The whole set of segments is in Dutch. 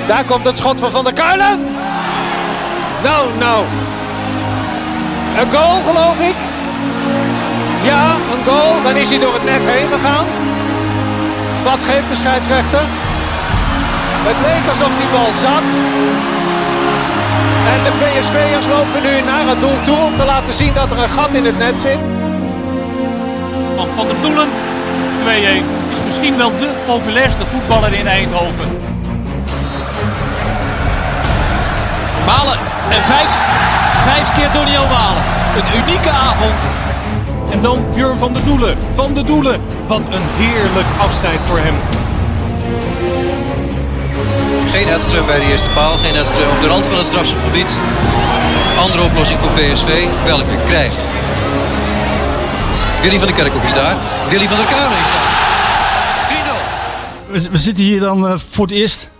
Daar komt het schot van Van der Kuilen. Nou. Een goal, geloof ik. Ja, een goal. Dan is hij door het net heen gegaan. Wat geeft de scheidsrechter? Het leek alsof die bal zat. En de PSV'ers lopen nu naar het doel toe om te laten zien dat er een gat in het net zit. Van der Doelen, 2-1. Het is misschien wel de populairste voetballer in Eindhoven. Malen en vijf keer Doniel Malen. Een unieke avond. En dan Björn van der Doelen. Van der Doelen, wat een heerlijk afscheid voor hem. Geen Edström bij de eerste paal, geen Edström op de rand van het strafschopgebied. Andere oplossing voor PSV, welke krijgt. Willy van der Kerkhoff is daar, Willy van der Kamer is daar. 3-0. We zitten hier dan voor het eerst.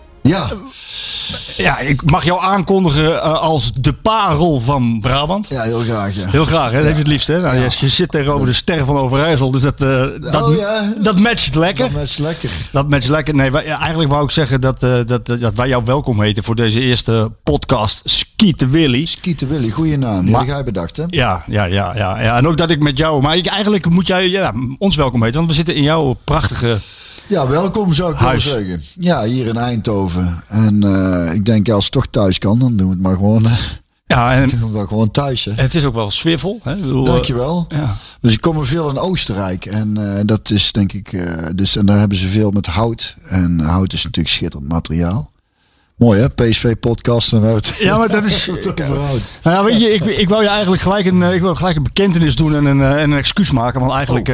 Ja, ik mag jou aankondigen als de parel van Brabant. Ja, heel graag. Ja. Heel graag, hè? Dat heeft je het liefst, hè? Nou, je zit tegenover de sterren van Overijssel, dus dat matcht lekker. Dat matcht lekker. Nee, eigenlijk wou ik zeggen dat wij jou welkom heten voor deze eerste podcast Skieten Willy. Skieten Willy, goede naam. Die heb jij bedacht, hè? Ja. En ook dat ik met jou... Maar eigenlijk moet jij ons welkom heten, want we zitten in jouw prachtige... Ja, welkom zou ik wel zeggen. Ja, hier in Eindhoven. En ik denk als het toch thuis kan, dan doen we het maar gewoon. Dan doen we het maar gewoon thuis. Hè. Het is ook wel sfeervol. Hè? Dankjewel. Ja. Dus ik kom veel in Oostenrijk. En dat is denk ik... en daar hebben ze veel met hout. En hout is natuurlijk schitterend materiaal. Mooi hè, PSV-podcast. Ja, maar dat is... Nou, weet je, ik wou je eigenlijk gelijk een bekentenis doen en een excuus maken. Want eigenlijk,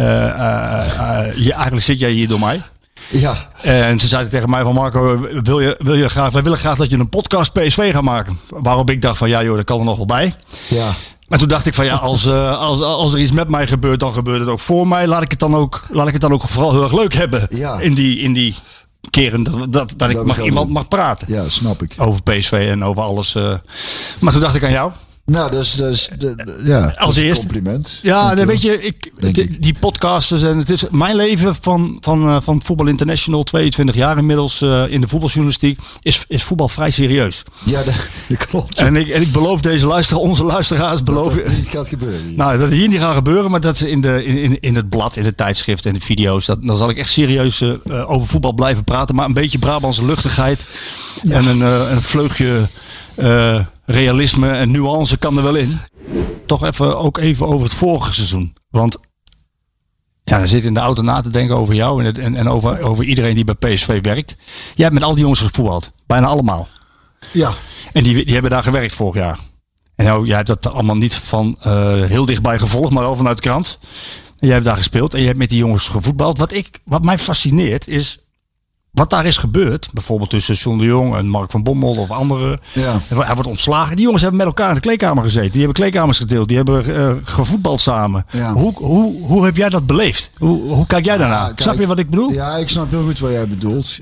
eigenlijk zit jij hier door mij. Ja. En ze zeiden tegen mij van Marco, wij willen graag dat je een podcast PSV gaat maken. Waarop ik dacht van ja joh, dat kan er nog wel bij. Ja. Maar toen dacht ik van ja, als er iets met mij gebeurt, dan gebeurt het ook voor mij. Laat ik het dan ook vooral heel erg leuk hebben. Ja. In die keren dat ik iemand mag praten. Ja, snap ik. Over PSV en over alles. Maar toen dacht ik aan jou. Nou, dat is als een eerste compliment. Ja, dan weet je, die podcasters en het is mijn leven van Voetbal International, 22 jaar inmiddels in de voetbaljournalistiek, is voetbal vrij serieus. Ja, dat klopt. En ik beloof onze luisteraars, dat het niet gaat gebeuren. Nou, dat hier niet gaat gebeuren, maar dat ze in het blad, in de tijdschrift en de video's, dan zal ik echt serieus over voetbal blijven praten, maar een beetje Brabantse luchtigheid en een vleugje realisme en nuance kan er wel in. Toch even over het vorige seizoen. Want ja, dan zit in de auto na te denken over jou en over iedereen die bij PSV werkt. Jij hebt met al die jongens gevoetbald. Bijna allemaal. Ja. En die hebben daar gewerkt vorig jaar. En nou, jij hebt dat allemaal niet van heel dichtbij gevolgd, maar wel vanuit de krant. En jij hebt daar gespeeld en je hebt met die jongens gevoetbald. Wat mij fascineert is wat daar is gebeurd, bijvoorbeeld tussen John de Jong en Mark van Bommel of anderen. Ja. Hij wordt ontslagen. Die jongens hebben met elkaar in de kleedkamer gezeten. Die hebben kleedkamers gedeeld. Die hebben gevoetbald samen. Ja. Hoe heb jij dat beleefd? Hoe kijk jij daarna? Kijk, snap je wat ik bedoel? Ja, ik snap heel goed wat jij bedoelt.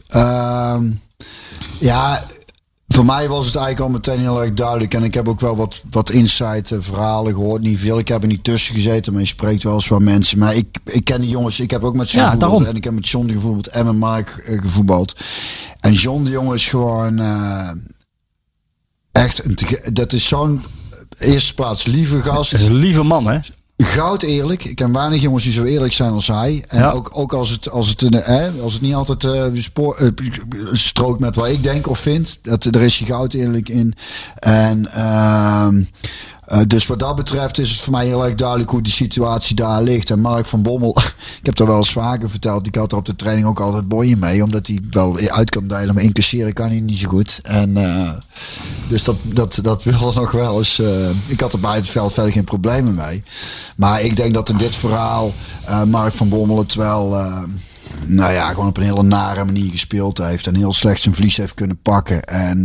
Voor mij was het eigenlijk al meteen heel erg duidelijk. En ik heb ook wel wat insight verhalen gehoord. Niet veel. Ik heb er niet tussen gezeten. Maar je spreekt wel eens van mensen. Maar ik ken die jongens. Ik heb ook met John gevoetbald. En ik heb met John gevoetbald. En met Mark gevoetbald. En John de Jong is gewoon echt... Dat is zo'n eerste plaats lieve gast. Dat is een lieve man, hè? Goud eerlijk. Ik ken weinig jongens die zo eerlijk zijn als hij. En ook als het niet altijd strookt met wat ik denk of vind. Er is hij goud eerlijk in. En dus wat dat betreft is het voor mij heel erg duidelijk hoe die situatie daar ligt. En Mark van Bommel, ik heb er wel eens vaker verteld. Ik had er op de training ook altijd boeien mee. Omdat hij wel uit kan delen. Maar incasseren kan hij niet zo goed. En dus dat wil nog wel eens. Ik had er bij het veld verder geen problemen mee. Maar ik denk dat in dit verhaal Mark van Bommel het wel... gewoon op een hele nare manier gespeeld heeft. En heel slecht zijn verlies heeft kunnen pakken. En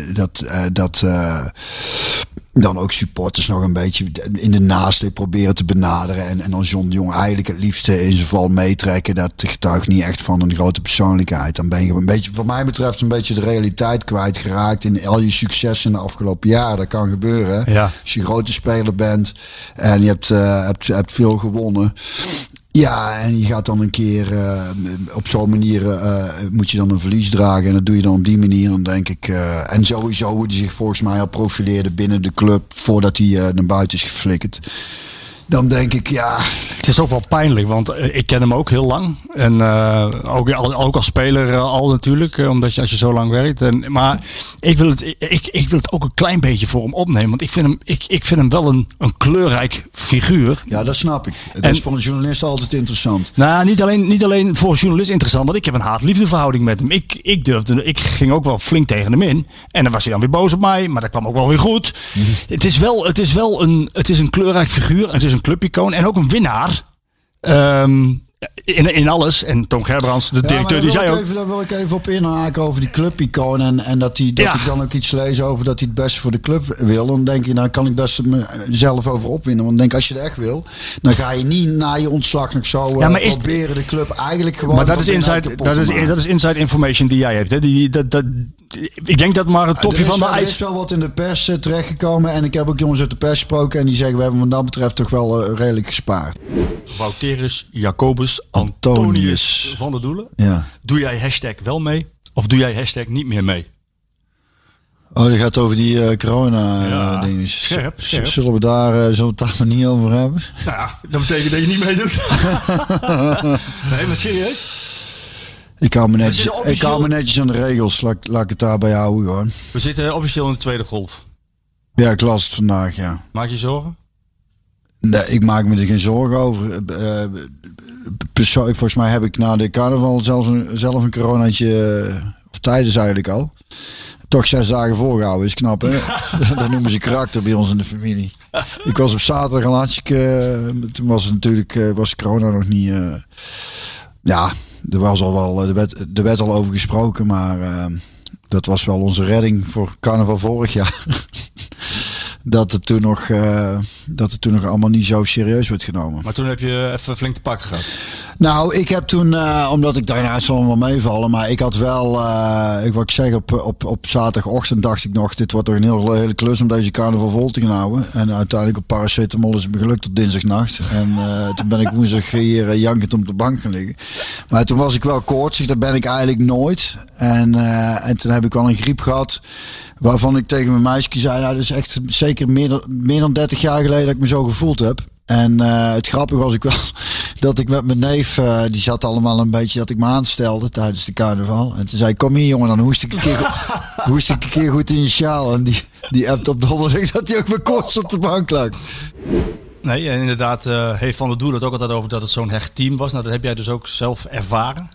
dan ook supporters nog een beetje in de naaste proberen te benaderen. En dan John de Jong eigenlijk het liefste in zijn val meetrekken. Dat getuigt niet echt van een grote persoonlijkheid. Dan ben je een beetje, wat mij betreft, een beetje de realiteit kwijtgeraakt in al je successen in de afgelopen jaren. Dat kan gebeuren. Ja. Als je een grote speler bent en je hebt veel gewonnen. Ja, en je gaat dan een keer op zo'n manier moet je dan een verlies dragen. En dat doe je dan op die manier. Dan denk ik. En sowieso hoe hij zich volgens mij al profileerde binnen de club voordat hij naar buiten is geflikkerd. Dan denk ik, ja. Het is ook wel pijnlijk, want ik ken hem ook heel lang. En ook als speler al natuurlijk, omdat als je zo lang werkt. Maar ik wil het ook een klein beetje voor hem opnemen. Want ik vind hem wel een kleurrijk figuur. Ja, dat snap ik. Het is voor een journalist altijd interessant. Nou, niet alleen voor een journalist interessant, want ik heb een haat-liefde verhouding met hem. Ik ging ook wel flink tegen hem in. En dan was hij dan weer boos op mij, maar dat kwam ook wel weer goed. Het is een kleurrijk figuur. Het is een clubicoon en ook een winnaar. In alles. En Tom Gerbrands, de directeur, die zei ook... Daar wil ik even op inhaken over die clubicoon. En dat ik dan ook iets lees over dat hij het beste voor de club wil. Dan denk je, nou kan ik best mezelf over opwinden. Want dan denk ik, als je het echt wil, dan ga je niet na je ontslag nog zo proberen de club eigenlijk gewoon... Maar dat is inside information die jij hebt. Hè? Ik denk dat maar een topje van de ijs... Er is wel wat in de pers terechtgekomen. En ik heb ook jongens uit de pers gesproken. En die zeggen, we hebben wat dat betreft toch wel redelijk gespaard. Wouterus Jacobus Antonius van der Doelen. Ja. Doe jij hashtag wel mee? Of doe jij hashtag niet meer mee? Oh, dat gaat over die corona-dingen. Scherp. Zullen we daar maar niet over hebben? Nou ja, dat betekent dat je niet meedoet. Nee, maar serieus? Ik hou me netjes aan de regels. Laat ik het daarbij houden gewoon. We zitten officieel in de tweede golf. Ja, ik las het vandaag, ja. Maak je zorgen? Nee, ik maak me er geen zorgen over. Persoonlijk, volgens mij heb ik na de carnaval zelf een coronaatje, of tijdens eigenlijk al. Toch 6 dagen voorgehouden, is knap hè? Dat noemen ze karakter bij ons in de familie. Ik was op zaterdag al hartstikke... Toen was het natuurlijk, was corona nog niet... ja, er was al wel, er werd al over gesproken, maar dat was wel onze redding voor carnaval vorig jaar. Dat het toen nog allemaal niet zo serieus werd genomen. Maar toen heb je even flink te pakken gehad. Nou, ik heb toen, omdat ik daarna het zal wel meevallen, maar ik had wel, wat ik zeg, op zaterdagochtend dacht ik nog, dit wordt toch een hele klus om deze carnaval vol te gaan houden. En uiteindelijk op paracetamol is het me gelukt tot dinsdagnacht. En toen ben ik woensdag hier jankend op de bank gaan liggen. Maar toen was ik wel koortsig, dat ben ik eigenlijk nooit. En toen heb ik wel een griep gehad. Waarvan ik tegen mijn meisje zei, nou, dat is echt zeker meer dan 30 jaar geleden dat ik me zo gevoeld heb. En het grappige was ik wel dat ik met mijn neef, die zat allemaal een beetje dat ik me aanstelde tijdens de carnaval. En toen zei ik, kom hier jongen, dan hoest ik een keer goed in je sjaal. En die appt op donderdag dat hij ook met koorts op de bank lag. Nee, en inderdaad heeft Van der Doel het ook altijd over dat het zo'n hecht team was. Nou, dat heb jij dus ook zelf ervaren.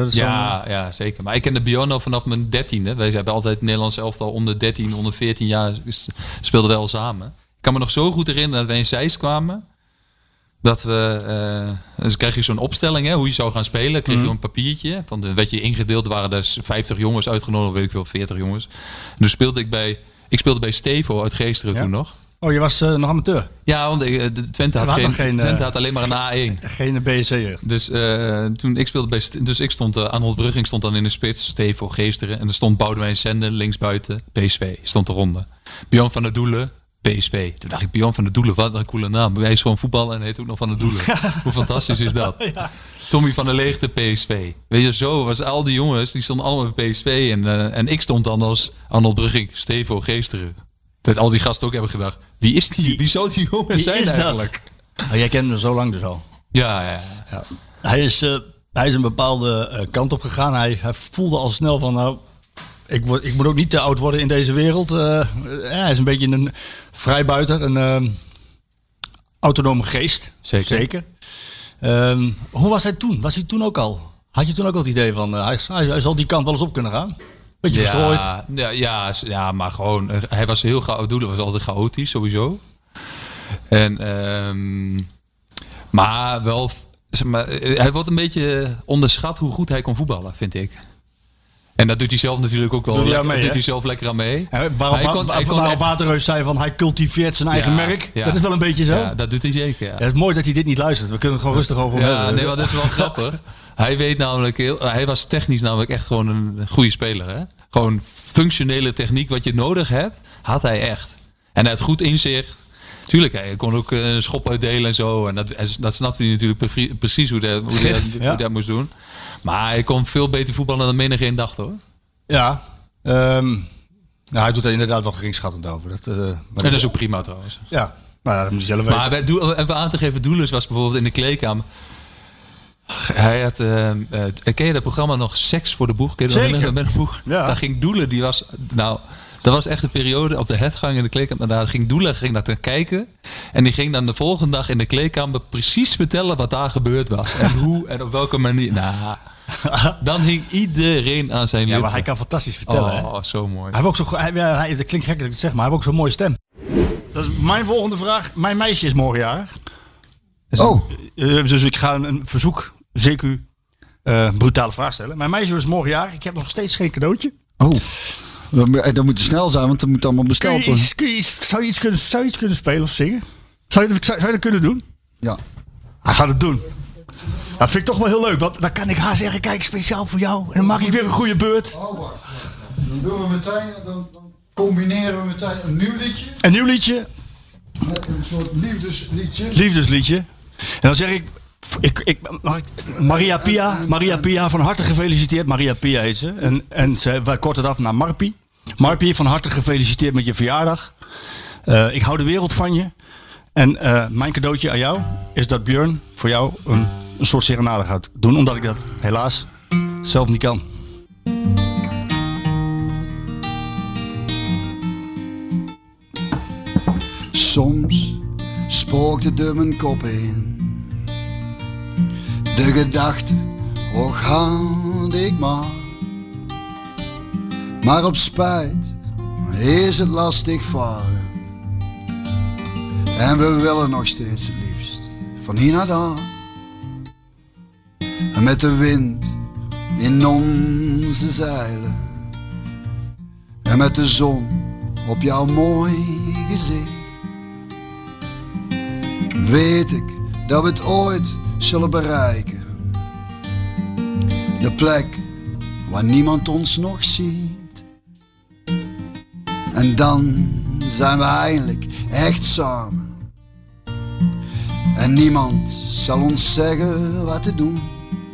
Ja, zeker. Maar ik ken de Bjorn al vanaf mijn 13e. Wij hebben altijd het Nederlands elftal onder 13, onder 14 jaar speelden wij al samen. Ik kan me nog zo goed herinneren dat wij in Zeist kwamen. Dat we, dus kreeg je zo'n opstelling, hè, hoe je zou gaan spelen. Kreeg je een papiertje. Dan werd je ingedeeld, er waren dus 50 jongens uitgenodigd, weet ik veel, 40 jongens. En dus speelde ik speelde bij Stevo uit Geesteren toen nog. Oh, je was nog amateur? Ja, want Twente had alleen maar een A1. Geen BSC-jeugd. Dus toen ik speelde dus ik stond, Arnold Brugging stond dan in de spits, Stevo, Geesteren. En er stond Boudewijn Sende linksbuiten, PSV, stond eronder. Bjorn van der Doelen, PSV. Toen dacht ik, Bjorn van der Doelen, wat een coole naam. Hij is gewoon voetballer en heet ook nog Van der Doelen. Hoe fantastisch is dat? Ja. Tommy van der Leegte, PSV. Weet je, zo was al die jongens, die stonden allemaal bij PSV. En ik stond dan als Arnold Brugging, Stevo, Geesteren. Dat al die gasten ook hebben gedacht, wie is die? Wie zou die jongen zijn eigenlijk? Oh, jij kent hem zo lang dus al. Ja. Hij is een bepaalde kant op gegaan. Hij voelde al snel van, nou, ik moet ook niet te oud worden in deze wereld. Hij is een beetje een vrijbuiter, een autonome geest. Zeker. Hoe was hij toen? Was hij toen ook al? Had je toen ook al het idee van, hij zal die kant wel eens op kunnen gaan? Beetje verstrooid. Ja, maar gewoon, hij was heel chaotisch. Was altijd chaotisch, sowieso. Maar wel, zeg maar, hij wordt een beetje onderschat hoe goed hij kon voetballen, vind ik. En dat doet hij zelf natuurlijk ook wel. Doet hij zelf lekker aan mee. Waarop Waterreus zei van hij cultiveert zijn eigen merk. Ja. Dat is wel een beetje zo. Ja, dat doet hij zeker. Ja. Het is mooi dat hij dit niet luistert. We kunnen het gewoon rustig over hem hebben. Nee, maar dat is wel grappig. Hij weet namelijk hij was technisch namelijk echt gewoon een goede speler. Hè? Gewoon functionele techniek, wat je nodig hebt, had hij echt. En hij had goed inzicht. Tuurlijk, hij kon ook een schop uitdelen en zo. En dat snapte hij natuurlijk precies hoe hij dat moest doen. Maar hij kon veel beter voetballen dan menig een dacht, hoor. Ja, hij doet er inderdaad wel geringschattend over. En dat is ook prima trouwens. Ja, maar dat moet je zelf weten. Maar even aan te geven, Doelens was bijvoorbeeld in de kleedkamer. Hij had, ken je dat programma nog, Seks voor de Boeg? Ken je dat? Zeker. Met een boeg? Ja. Daar ging Doelen, dat was echt een periode op de headgang in de kleedkamer. Daar ging Doelen naar te kijken. En die ging dan de volgende dag in de kleedkamer precies vertellen wat daar gebeurd was. En hoe en op welke manier. Nou, dan hing iedereen aan zijn lippen. Ja, maar hij kan fantastisch vertellen. Oh, zo mooi. Hij heeft ook zo, dat klinkt gek dat ik het zeg, maar hij heeft ook zo'n mooie stem. Dat is mijn volgende vraag. Mijn meisje is morgen jarig. Dus ik ga een verzoek, zeker brutale vraag stellen. Mijn meisje is morgen jarig. Ik heb nog steeds geen cadeautje. Oh, dan moet je snel zijn, want dat moet allemaal besteld worden. Zou je iets kunnen spelen of zingen? Zou je dat kunnen doen? Ja. Hij gaat het doen. Dat vind ik toch wel heel leuk. Want dan kan ik haar zeggen, kijk, speciaal voor jou. En dan maak ik weer een goede beurt. Oh, wacht. Dan doen we meteen, dan combineren we meteen een nieuw liedje. Een nieuw liedje. Met een soort Liefdesliedje. En dan zeg ik Maria Pia, van harte gefeliciteerd. Maria Pia heet ze. En wij korten het af naar Marpie. Marpie, van harte gefeliciteerd met je verjaardag. Ik hou de wereld van je. En mijn cadeautje aan jou is dat Björn voor jou een soort serenade gaat doen. Omdat ik dat helaas zelf niet kan. Soms spookte er mijn kop in. De gedachte, och had ik maar op spijt is het lastig varen. En we willen nog steeds het liefst van hier naar daar. En met de wind in onze zeilen. En met de zon op jouw mooi gezicht. Weet ik dat we het ooit zullen bereiken. De plek waar niemand ons nog ziet. En dan zijn we eindelijk echt samen. En niemand zal ons zeggen wat te doen.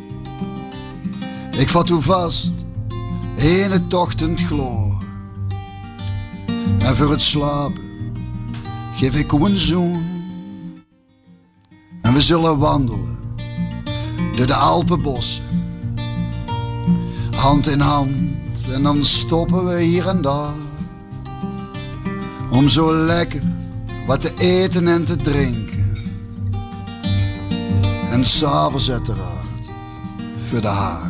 Ik vat u vast in het ochtendgloor. En voor het slapen geef ik u een zoen. En we zullen wandelen door de Alpenbossen. Hand in hand en dan stoppen we hier en daar. Om zo lekker wat te eten en te drinken. En 's avonds uiteraard voor de haard.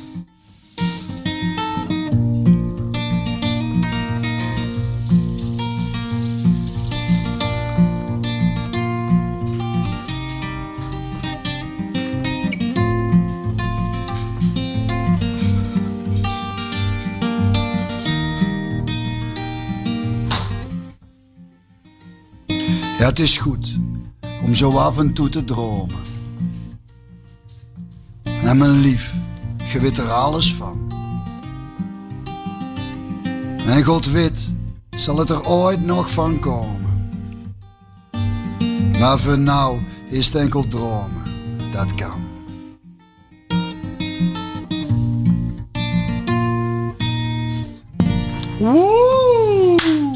Ja, het is goed om zo af en toe te dromen. En mijn lief, je weet er alles van. En God weet, zal het er ooit nog van komen. Maar voor nou is het enkel dromen, dat kan. Woe!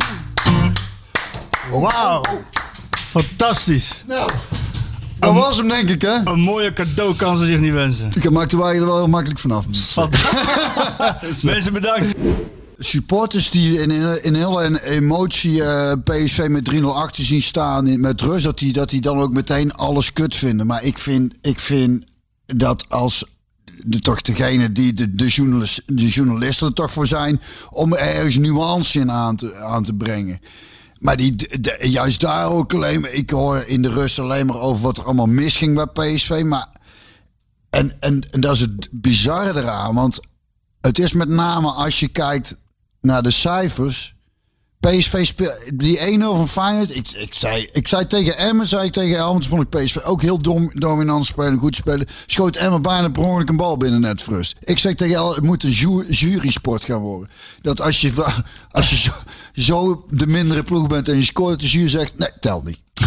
Wauw. Fantastisch. Nou, dat was hem denk ik, hè? Een mooie cadeau kan ze zich niet wensen. Ik maakte wij er wel heel makkelijk vanaf. Mensen bedankt. Supporters die in hele emotie PSV met 3-0 achter zien staan met rust, dat die dan ook meteen alles kut vinden. Maar ik vind dat als toch degene die de journalisten er toch voor zijn om ergens nuance in aan te brengen. Maar juist daar ook alleen, ik hoor in de rust alleen maar over wat er allemaal misging bij PSV. Maar, en dat is het bizarre eraan, want het is met name als je kijkt naar de cijfers. PSV speelt die 1-0 van Feyenoord. Ik zei tegen Emmen, tegen Helmond, vond ik PSV ook heel dominant spelen, goed spelen. Schoot Emmen bijna per ongeluk een bal binnen net voor rust. Ik zeg tegen Helmond, het moet een jury-sport gaan worden. Dat als je zo de mindere ploeg bent en je scoort, de jury zegt, nee, tel niet.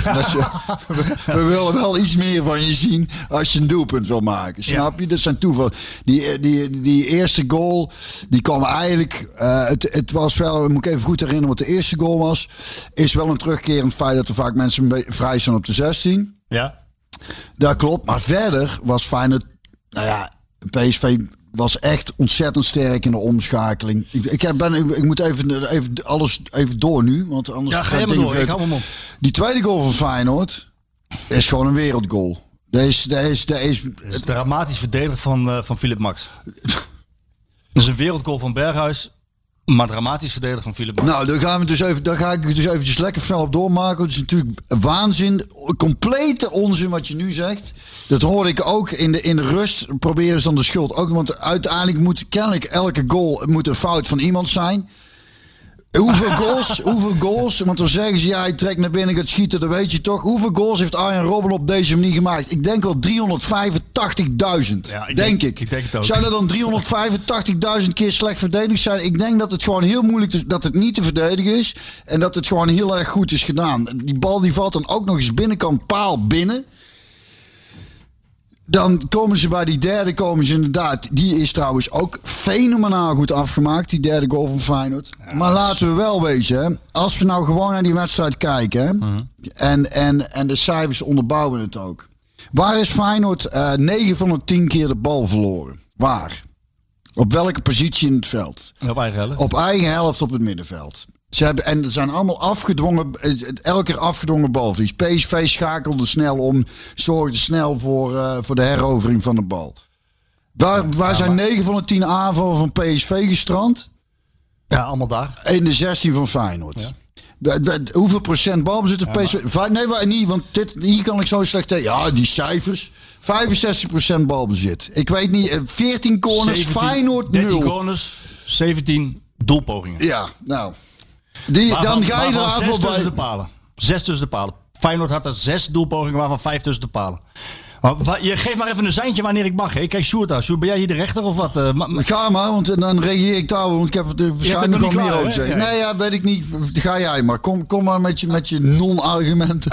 We willen wel iets meer van je zien als je een doelpunt wil maken. Snap je? Dat zijn toeval. Die eerste goal, die kwam eigenlijk... Het was wel, moet ik even goed herinneren wat de eerste goal was. Is wel een terugkerend feit dat er vaak mensen vrij zijn op de 16. Ja. Dat klopt. Maar verder was Feyenoord... Nou ja, PSV was echt ontzettend sterk in de omschakeling. Ik moet even alles even door nu. Want anders Ja, ga je maar door. Ik hou hem op. Die tweede goal van Feyenoord is gewoon een wereldgoal. Deze is dramatisch verdedigd van Philip Max. Dat is een wereldgoal van Berghuis. Maar dramatisch verdedigd van Philip Max. Nou, daar ga ik dus eventjes lekker fel op doormaken. Het is natuurlijk waanzin. Complete onzin wat je nu zegt. Dat hoorde ik ook in de rust. Proberen ze dan de schuld ook. Want uiteindelijk moet kennelijk elke goal een fout van iemand zijn. Hoeveel goals? Want dan zeggen ze, ja, hij trekt naar binnen, gaat schieten, dat weet je toch. Hoeveel goals heeft Arjen Robben op deze manier gemaakt? Ik denk wel 385.000. Ja, ik denk het ook. Zou dat dan 385.000 keer slecht verdedigd zijn? Ik denk dat het gewoon heel moeilijk is, dat het niet te verdedigen is. En dat het gewoon heel erg goed is gedaan. Die bal die valt dan ook nog eens binnenkant paal binnen. Dan komen ze bij die derde, inderdaad. Die is trouwens ook fenomenaal goed afgemaakt, die derde goal van Feyenoord. Ja, maar laten we wel wezen, hè, als we nou gewoon naar die wedstrijd kijken, hè, en de cijfers onderbouwen het ook. Waar is Feyenoord 9 van de 10 keer de bal verloren? Waar? Op welke positie in het veld? Op eigen helft. Op eigen helft op het middenveld. En er zijn allemaal elke keer afgedwongen balverlies. PSV schakelde snel om, zorgde snel voor de herovering van de bal. Waar zijn 9 van de 10 aanvallen van PSV gestrand? Ja, allemaal daar. In de 16 van Feyenoord. Ja. Hoeveel procent balbezit heeft PSV? Nee, niet, want hier kan ik zo slecht tegen. Ja, die cijfers. 65% balbezit. Ik weet niet, 14 corners, 17, Feyenoord 0. 13 corners, 17 doelpogingen. Ja, nou... Dan ga je eraan voorbij. 6 tussen de palen. Feyenoord had er 6 doelpogingen, waarvan 5 tussen de palen. Je geeft maar even een seintje wanneer ik mag. Hè? Kijk, Sjoerd, ben jij hier de rechter of wat? Ga maar, want dan reageer ik daar. Want ik heb het waarschijnlijk nog meer over zeggen. Nee, ja, weet ik niet. Ga jij maar. Kom maar met je non-argumenten.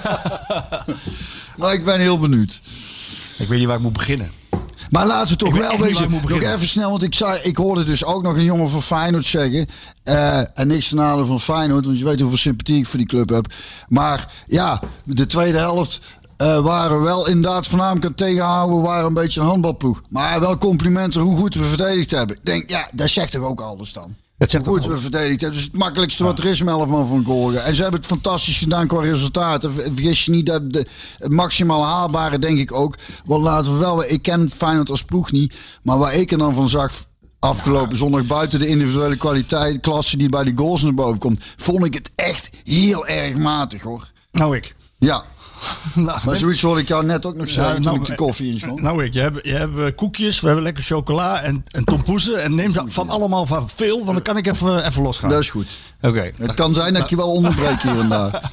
Maar ik ben heel benieuwd. Ik weet niet waar ik moet beginnen. Maar laten we toch wel wezen, nog even snel, want ik hoorde dus ook nog een jongen van Feyenoord zeggen, en niks ten nadele van Feyenoord, want je weet hoeveel sympathie ik voor die club heb. Maar ja, de tweede helft waren wel inderdaad voornamelijk aan tegenhouden, waren een beetje een handbalploeg. Maar wel complimenten hoe goed we verdedigd hebben. Ik denk, ja, dat zegt toch ook alles dan. Dat zegt hoe goed we verdedigd hebben. Dus het makkelijkste wat er is om 11 man van goal. En ze hebben het fantastisch gedaan qua resultaten. Vergis je niet, het maximaal haalbare denk ik ook. Want laten we wel, ik ken Feyenoord als ploeg niet. Maar waar ik er dan van zag afgelopen zondag, buiten de individuele kwaliteit, klasse die bij die goals naar boven komt, vond ik het echt heel erg matig, hoor. Nou, ik. Ja. Maar zoiets hoorde ik jou net ook nog zeggen toen ik de koffie inschonk. Nou, je hebt koekjes, we hebben lekker chocola en tompoezen. En neem van allemaal van veel, want dan kan ik even losgaan. Dat is goed. Oké. Het kan zijn dat ik je wel onderbreek hier en daar.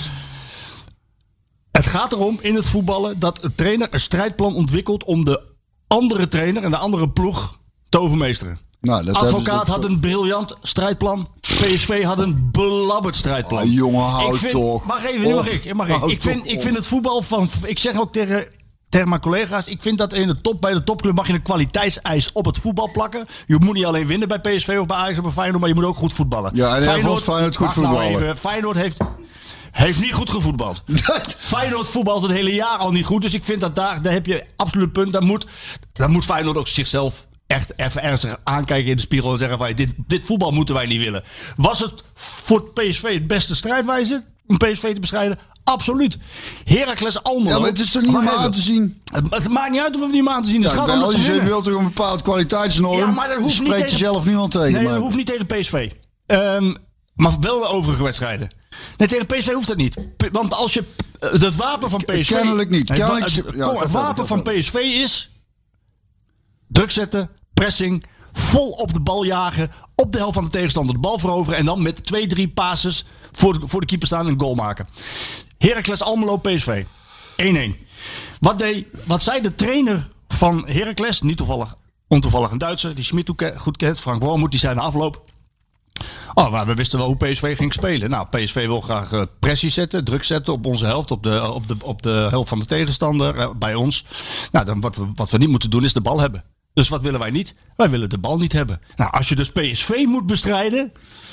Het gaat erom in het voetballen dat een trainer een strijdplan ontwikkelt om de andere trainer en de andere ploeg te overmeesteren. Nou, Advocaat had een briljant strijdplan. PSV had een belabberd strijdplan. Ah, jongen, houd toch. Mag even. Ik vind het voetbal van... Ik zeg ook tegen mijn collega's, ik vind dat bij de topclub mag je een kwaliteitseis op het voetbal plakken. Je moet niet alleen winnen bij PSV of bij Ajax of bij Feyenoord, maar je moet ook goed voetballen. Ja, en Feyenoord goed voetballen. Feyenoord heeft niet goed gevoetbald. Feyenoord voetbalt het hele jaar al niet goed. Dus ik vind dat daar heb je absoluut punt. Dan moet Feyenoord ook zichzelf echt even ernstig aankijken in de spiegel en zeggen van dit voetbal moeten wij niet willen. Was het voor PSV het beste strijdwijze om PSV te bestrijden? Absoluut. Heracles Almelo. Ja, maar het is toch niet meer aan te zien? Het maakt niet uit of we het niet meer aan te zien. Je wilt toch een bepaald kwaliteitsnorm? Ja, maar dat hoeft niet tegen jezelf niemand tegen. Nee, dat hoeft niet tegen PSV. Maar wel de overige wedstrijden. Nee, tegen PSV hoeft dat niet. Want als je het wapen van PSV... Kennelijk niet. Het wapen van PSV is druk zetten, pressing, vol op de bal jagen, op de helft van de tegenstander de bal veroveren en dan met 2-3 passes voor de keeper staan en een goal maken. Heracles Almelo PSV 1-1. Wat zei de trainer van Heracles, niet ontoevallig een Duitser, die Schmid goed kent, Frank Wormoed, die zei na afloop: Oh, we wisten wel hoe PSV ging spelen. Nou, PSV wil graag pressie zetten, druk zetten op onze helft, op de helft van de tegenstander, bij ons. Nou, dan wat we niet moeten doen is de bal hebben. Dus wat willen wij niet? Wij willen de bal niet hebben. Nou, als je dus PSV moet bestrijden...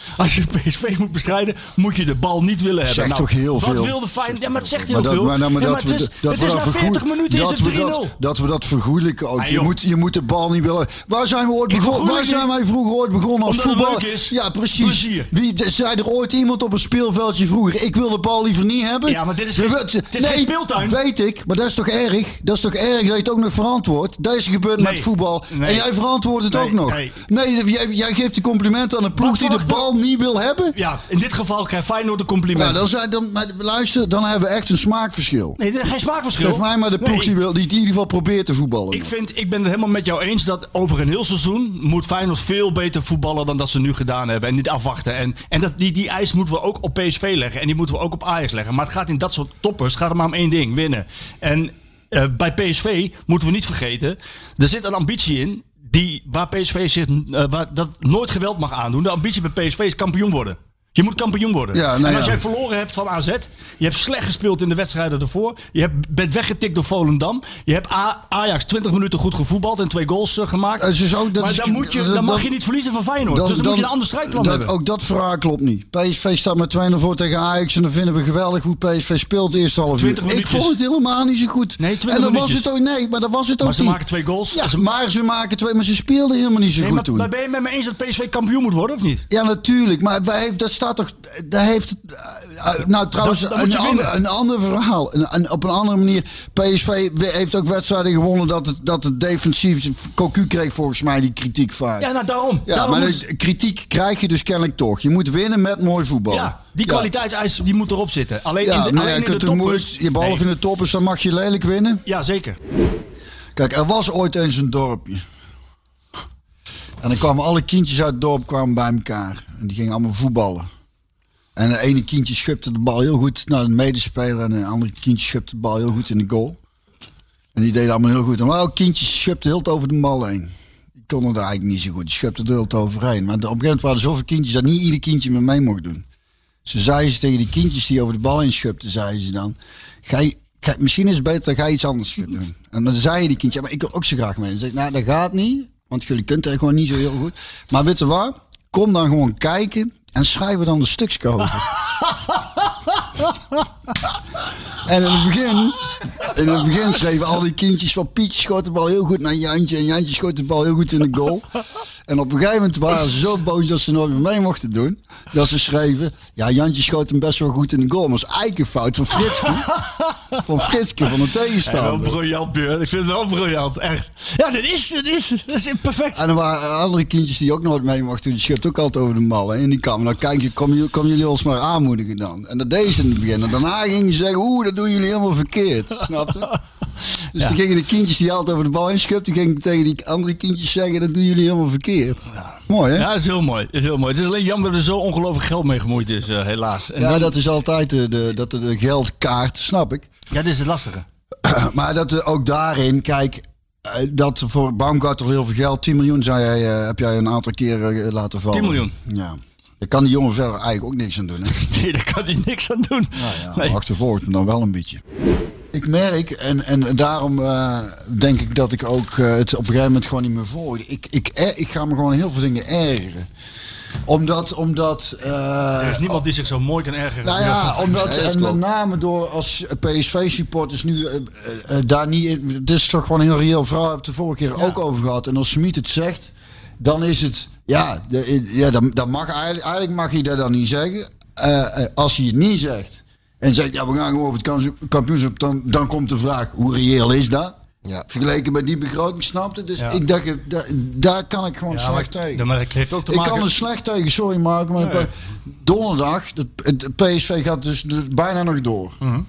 moet je de bal niet willen hebben. Zegt toch heel veel. Wat wilde Feyenoord? Ja, maar het zegt heel veel. Het is na 40 minuten is het 3-0. Dat we dat vergoeilijken ook. Je moet de bal niet willen. Waar zijn wij vroeger ooit begonnen als voetbal? Ja, precies. Plezier. Wie zei er ooit iemand op een speelveldje vroeger? Ik wil de bal liever niet hebben. Ja, maar dit is geen speeltuin. Weet ik, maar dat is toch erg? Dat is toch erg dat je het ook nog verantwoordt? Dat is gebeurd met voetbal. Nee. En jij verantwoordt het ook nog. Nee, jij geeft de complimenten aan een ploeg die de bal niet wil hebben. Ja, in dit geval krijgt Feyenoord een compliment. Luister, dan hebben we echt een smaakverschil. Nee, er is geen smaakverschil. Geef mij maar de ploeg die in ieder geval probeert te voetballen. Ik ben het helemaal met jou eens dat over een heel seizoen moet Feyenoord veel beter voetballen dan dat ze nu gedaan hebben. En niet afwachten. En die eis moeten we ook op PSV leggen. En die moeten we ook op Ajax leggen. Maar het gaat in dat soort toppers, gaat er maar om één ding, winnen. En bij PSV moeten we niet vergeten, er zit een ambitie in waar PSV zit, waar dat nooit geweld mag aandoen. De ambitie bij PSV is kampioen worden. Je moet kampioen worden. Ja, en als jij verloren hebt van AZ, je hebt slecht gespeeld in de wedstrijden ervoor, bent weggetikt door Volendam, je hebt Ajax 20 minuten goed gevoetbald en 2 goals gemaakt. Maar dan mag je niet verliezen van Feyenoord. Dus dan moet je een ander strijdplan hebben. Ook dat verhaal klopt niet. PSV staat met 2-0 voor tegen Ajax en dan vinden we geweldig hoe PSV speelt de eerste half uur. Ik vond het helemaal niet zo goed. Nee, en dan was het ook niet. Maar ze maken 2 goals. Ja, maar ze speelden helemaal niet zo goed toen. Maar ben je met me eens dat PSV kampioen moet worden of niet? Ja, natuurlijk. Maar dat staat toch... Daar heeft nou trouwens een ander verhaal. Op een andere manier. PSV heeft ook wedstrijden gewonnen dat het defensief... Cocu kreeg volgens mij die kritiek vaak. Ja, nou daarom. Ja, maar de kritiek krijg je dus kennelijk toch. Je moet winnen met mooi voetbal. Ja, die kwaliteitseis die moet erop zitten. Alleen in de toppers... Behalve in de toppers, dan mag je lelijk winnen. Ja, zeker. Kijk, er was ooit eens een dorpje. En dan kwamen alle kindjes uit het dorp bij elkaar. En die gingen allemaal voetballen. En de ene kindje schupte de bal heel goed naar de medespeler. En een andere kindje schupte de bal heel goed in de goal. En die deden allemaal heel goed. En wel kindjes schupte heel het over de bal heen. Die konden er eigenlijk niet zo goed. Die schupte er heel het overheen. Maar op een gegeven moment waren er zoveel kindjes dat niet ieder kindje meer mee mocht doen. Ze zeiden tegen die kindjes die over de bal heen schupten, zeiden ze dan... Misschien is het beter dat jij iets anders gaat doen. En dan zeiden die kindjes, ja, maar ik wil ook zo graag mee. Dan zei ik, nou dat gaat niet. Want jullie kunt het gewoon niet zo heel goed. Maar weet je wat? Kom dan gewoon kijken. En schrijven dan de stukjes over. En in het begin schreven al die kindjes van Pietje schoot de bal heel goed naar Jantje. En Jantje schoot de bal heel goed in de goal. En op een gegeven moment waren ze zo boos dat ze nooit meer mee mochten doen. Dat ze schreven, ja, Jantje schoot hem best wel goed in de goal. Maar dat was eigenlijk een fout van Fritske. Van Fritske, van de tegenstander. Wel briljant, Björn. Ik vind het wel briljant, echt. Ja, dat is perfect. En er waren andere kindjes die ook nooit mee mochten doen. Die schoot ook altijd over de mal. En die kwamen, nou kijk, kom jullie ons maar aanmoedigen dan. En dat deden ze in het begin. En daarna gingen ze zeggen, dat doen jullie helemaal verkeerd. Snap je? Dus dan gingen de kindjes die altijd over de bal inschupten, die gingen tegen die andere kindjes zeggen, dat doen jullie helemaal verkeerd. Ja. Mooi, hè? Ja, dat is heel mooi. Het is alleen jammer dat er zo ongelooflijk geld mee gemoeid is, helaas. En dat is altijd de geldkaart, snap ik. Ja, dit is het lastige. Maar dat ook daarin, kijk, dat voor Baumgartel heel veel geld, 10 miljoen, heb jij een aantal keren laten vallen. 10 miljoen. Ja. Daar kan die jongen verder eigenlijk ook niks aan doen. Hè? Nee, daar kan hij niks aan doen. Nou ja, achtervolgt me dan wel een beetje. Ik merk, en daarom denk ik dat ik ook het op een gegeven moment gewoon niet meer volgde. Ik ga me gewoon heel veel dingen ergeren. Omdat er is niemand die zich zo mooi kan ergeren. Nou ja, omdat en met name door als PSV-supporters nu daar niet in... Het is toch gewoon een heel reëel verhaal. Heb ik de vorige keer ook over gehad. En als Smit het zegt, dan is het... dan mag eigenlijk mag je dat dan niet zeggen. Als hij het niet zegt en zegt, ja, we gaan gewoon over het kampioenschap, dan komt de vraag, hoe reëel is dat? Ja. Vergeleken met die begroting, snapte. Dus ik dacht, daar kan ik gewoon slecht tegen. Maar ik heeft ook te maken... kan er slecht tegen, sorry Mark, maar donderdag, het PSV gaat dus bijna nog door. Mm-hmm.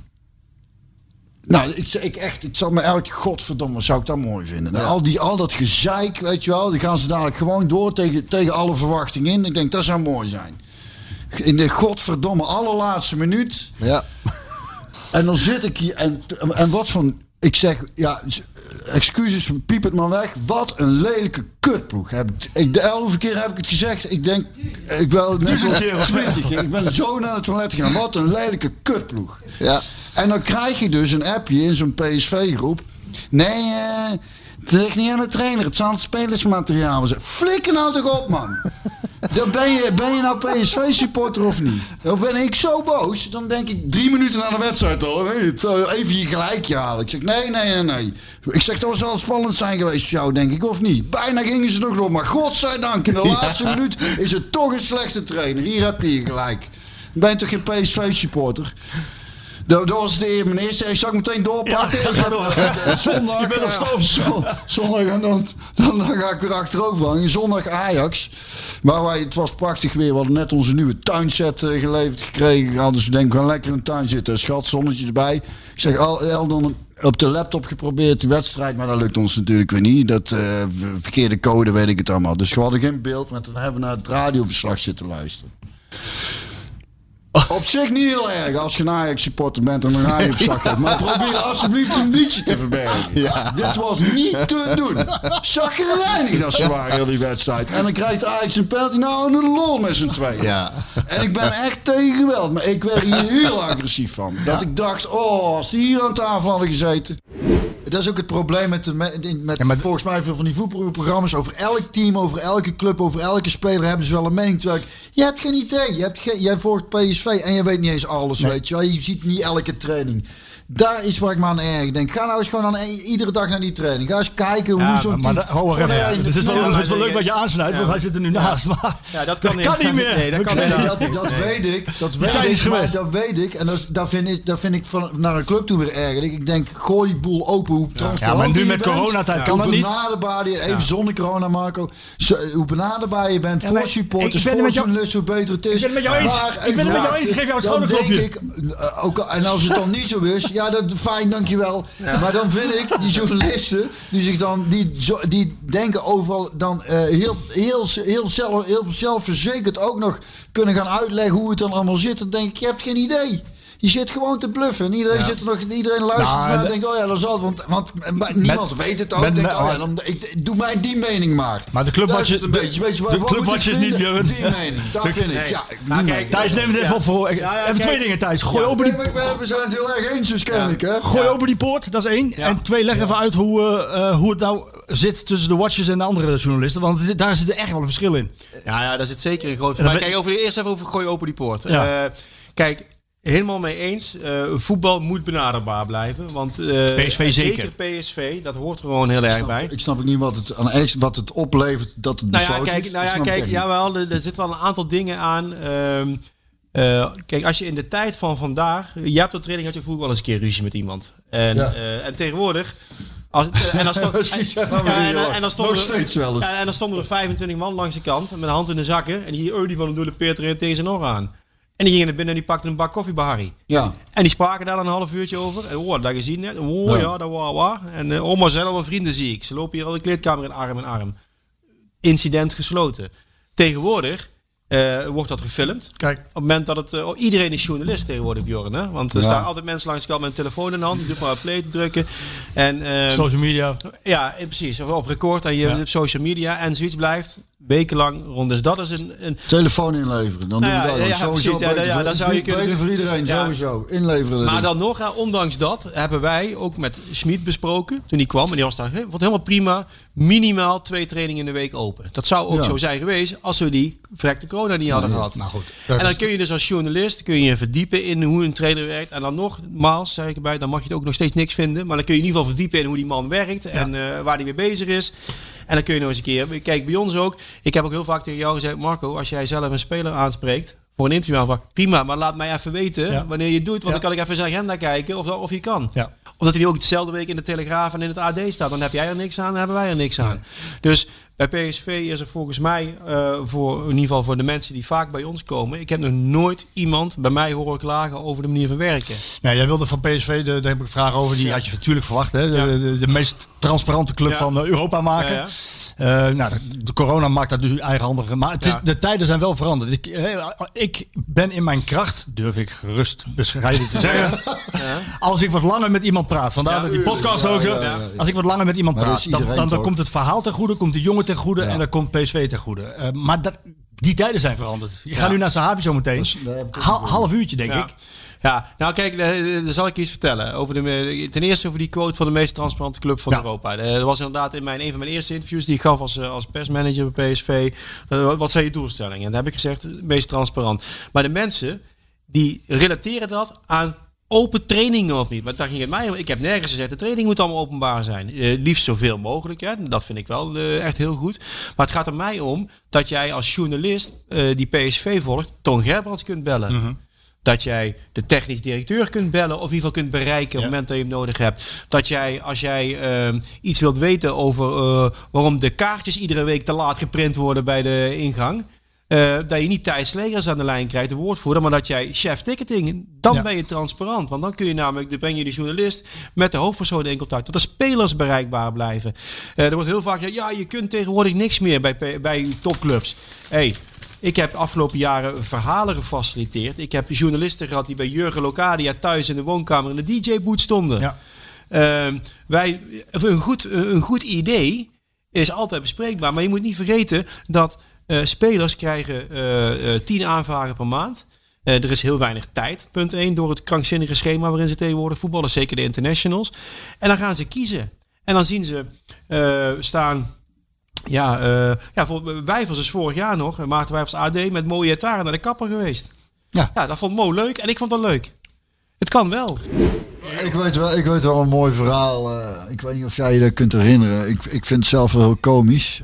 Nou, ik zal me eigenlijk, godverdomme, zou ik dat mooi vinden. Ja. Al dat gezeik, weet je wel, die gaan ze dadelijk gewoon door tegen alle verwachtingen in. Ik denk, dat zou mooi zijn. In de godverdomme allerlaatste minuut. Ja. En dan zit ik hier en wat van Ik zeg, excuses, piep het maar weg. Wat een lelijke kutploeg. De 11e keer heb ik het gezegd. Ik denk, ik wil net wel 20 keer. Ik ben zo naar het toilet gegaan. Wat een lelijke kutploeg. Ja. En dan krijg je dus een appje in zo'n PSV-groep. Nee, het ligt niet aan de trainer. Het zal het spelersmateriaal zijn. Flikker nou toch op, man. Dan ben je nou PSV-supporter of niet? Dan ben ik zo boos. Dan denk ik 3 minuten na de wedstrijd al. Even je gelijkje halen. Ik zeg nee. Ik zeg dat zal spannend zijn geweest voor jou, denk ik, of niet? Bijna gingen ze nog door. Maar godzijdank, in de laatste minuut is het toch een slechte trainer. Hier heb je gelijk. Dan ben je toch geen PSV-supporter? Dat was mijn eerste. Ik zag meteen doorpakken. Ja, zondag. Je bent op stoom. Zondag en dan ga ik weer achterover hangen. Zondag Ajax. Maar het was prachtig weer. We hadden net onze nieuwe tuinset geleverd gekregen. Dus we denken, we gaan lekker in de tuin zitten. Schat, zonnetje erbij. Ik zeg, dan op de laptop geprobeerd de wedstrijd. Maar dat lukt ons natuurlijk weer niet. Dat verkeerde code, weet ik het allemaal. Dus we hadden geen beeld. Maar dan hebben we naar het radioverslag zitten luisteren. Op zich niet heel erg als je een Ajax-supporter bent en een Ajax-zak hebt. Maar probeer alsjeblieft een liedje te verbergen. Ja. Dit was niet te doen. Chagrijnig dat ze waren heel die wedstrijd. En dan krijgt Ajax een penalty. Nou, een lol met z'n tweeën. Ja. En ik ben echt tegen geweld. Maar ik werd hier heel agressief van. Dat ik dacht, als die hier aan tafel hadden gezeten. Dat is ook het probleem met volgens mij veel van die voetbalprogramma's. Over elk team, over elke club, over elke speler hebben ze wel een mening. Terwijl je hebt geen idee. Jij volgt PSV en je weet niet eens alles. Nee. Weet je wel. Je ziet niet elke training. Daar is waar ik me aan erg denk. Ga nou eens gewoon iedere dag naar die training. Ga eens kijken hoe zo'n team... Het is wel leuk wat je aansnijdt, want hij zit er nu naast. Maar dat kan niet meer. Nee, dat weet ik. Dat weet ik. En dat vind ik naar een club toe weer ergerlijk. Ik denk, gooi die boel open. Hoe ja, maar nu met coronatijd kan dat niet. Even zonder corona, Marco. Hoe benaderbaar je bent voor supporters, voor journalisten, hoe beter het is. Ik ben het met jou eens. Geef jou het schouderklopje. En als het dan niet zo is... Ja, dat fijn, dankjewel. Ja. Maar dan vind ik die journalisten die denken overal dan heel zelfverzekerd ook nog kunnen gaan uitleggen hoe het dan allemaal zit. Dan denk ik, je hebt geen idee. Je zit gewoon te bluffen. En iedereen luistert en denkt, dat is altijd. Want niemand weet het ook. Doe mij die mening maar. Maar de club wat je niet, Björn. Die mening, dat vind ik. Ja, Thijs, neem het even op voor. Even 2 dingen, Thijs. Gooi open die... We zijn het heel erg eens, dus kennelijk. Hè? Gooi open die poort, dat is 1. Ja. En 2, leg even uit hoe het nou zit tussen de watchers en de andere journalisten. Want daar zit er echt wel een verschil in. Ja, daar zit zeker een groot verschil. Kijk, eerst even over gooi open die poort. Ja. Kijk... Helemaal mee eens. Voetbal moet benaderbaar blijven. Want PSV zeker. PSV, dat hoort er gewoon heel erg bij. Ik snap ook niet wat het oplevert dat het besloten is. Jawel, er zit wel een aantal dingen aan. Kijk, als je in de tijd van vandaag... Je hebt op training had je vroeger wel eens een keer ruzie met iemand. En tegenwoordig... En dan stonden er 25 man langs de kant met een hand in de zakken. En die van hem door de peert er tegen zijn oor aan. En die gingen er binnen en die pakten een bak koffie bij Harry. Ja. En die spraken daar dan een half uurtje over. En dat gezien net. Dat was waar. En maar zijn allemaal vrienden zie ik. Ze lopen hier al de kleedkamer in arm in arm. Incident gesloten. Tegenwoordig wordt dat gefilmd. Kijk. Op het moment dat het... iedereen is journalist tegenwoordig, Bjorn. Hè? Want er staan altijd mensen langs de kant met een telefoon in de hand. Die doet maar op play te drukken. En, social media. Ja, precies. Of op record en je op social media. En zoiets blijft wekenlang rond. Dus dat is een... Telefoon inleveren. Dan doe je dat. Sowieso beter, dan zou je beter voor iedereen. Sowieso. Inleveren. Maar dan nog, ondanks dat, hebben wij ook met Schmid besproken. Toen die kwam. En die was daar, wat helemaal prima. Minimaal 2 trainingen in de week open. Dat zou ook zo zijn geweest als we die verrekte corona niet hadden gehad. Nou goed. En dan kun je dus als journalist verdiepen in hoe een trainer werkt. En dan nogmaals, zeg ik erbij, dan mag je het ook nog steeds niks vinden. Maar dan kun je in ieder geval verdiepen in hoe die man werkt. En waar hij mee bezig is. En dan kun je nog eens een keer... Kijk, bij ons ook. Ik heb ook heel vaak tegen jou gezegd... Marco, als jij zelf een speler aanspreekt... voor een interview aanvraag, prima. Maar laat mij even weten wanneer je het doet. Want dan kan ik even zijn agenda kijken of je kan. Ja. Of dat hij ook dezelfde week in de Telegraaf en in het AD staat. Dan heb jij er niks aan, dan hebben wij er niks aan. Dus Bij PSV is er volgens mij, in ieder geval voor de mensen die vaak bij ons komen, ik heb nog nooit iemand bij mij horen klagen over de manier van werken. Ja, jij wilde van PSV, daar heb ik een vraag over, die had je natuurlijk verwacht. Hè? De meest transparante club van Europa maken. De corona maakt dat nu eigenhandig. Maar de tijden zijn wel veranderd. Ik ben in mijn kracht, durf ik gerust bescheiden te zeggen, als ik wat langer met iemand praat. Vandaar dat die podcast ook. Als ik wat langer met iemand praat, dan komt het verhaal ten goede, komt de jongen ten goede en dan komt PSV ten goede. Maar die tijden zijn veranderd. Je gaat nu naar Sahavi zo meteen. Half uurtje, denk ik. Ja, nou kijk, daar zal ik iets vertellen. Ten eerste over die quote van de meest transparante club van Europa. Dat was inderdaad in een van mijn eerste interviews die ik gaf als persmanager bij PSV. Wat zijn je doelstellingen? En daar heb ik gezegd, meest transparant. Maar de mensen die relateren dat aan open trainingen of niet. Maar daar ging het mij. Ik heb nergens gezegd, de training moet allemaal openbaar zijn. Liefst zoveel mogelijk. Hè? Dat vind ik wel echt heel goed. Maar het gaat er mij om dat jij als journalist die PSV volgt, Ton Gerbrands kunt bellen. Mm-hmm. Dat jij de technisch directeur kunt bellen of in ieder geval kunt bereiken op het moment dat je hem nodig hebt. Dat jij, als jij iets wilt weten over waarom de kaartjes iedere week te laat geprint worden bij de ingang. Dat je niet Thijs Slegers aan de lijn krijgt, de woordvoerder, maar dat jij chef ticketing, dan ben je transparant. Want dan kun je namelijk, dan breng je de journalist met de hoofdpersoon in contact. Dat de spelers bereikbaar blijven. Er wordt heel vaak, je kunt tegenwoordig niks meer bij topclubs. Ik heb afgelopen jaren verhalen gefaciliteerd. Ik heb journalisten gehad die bij Jurgen Locadia thuis in de woonkamer in de DJ-boot stonden. Ja. Een goed idee is altijd bespreekbaar. Maar je moet niet vergeten dat spelers krijgen 10 aanvragen per maand. Er is heel weinig tijd, punt 1, door het krankzinnige schema waarin ze tegenwoordig voetballen. Zeker de internationals. En dan gaan ze kiezen. En dan zien ze staan... Wijfels is vorig jaar nog, Maarten Wijfels AD, met mooie etaren naar de kapper geweest. Ja, dat vond Mo leuk en ik vond dat leuk. Het kan wel. Ik weet wel een mooi verhaal. Ik weet niet of jij je dat kunt herinneren. Ik vind het zelf wel heel komisch.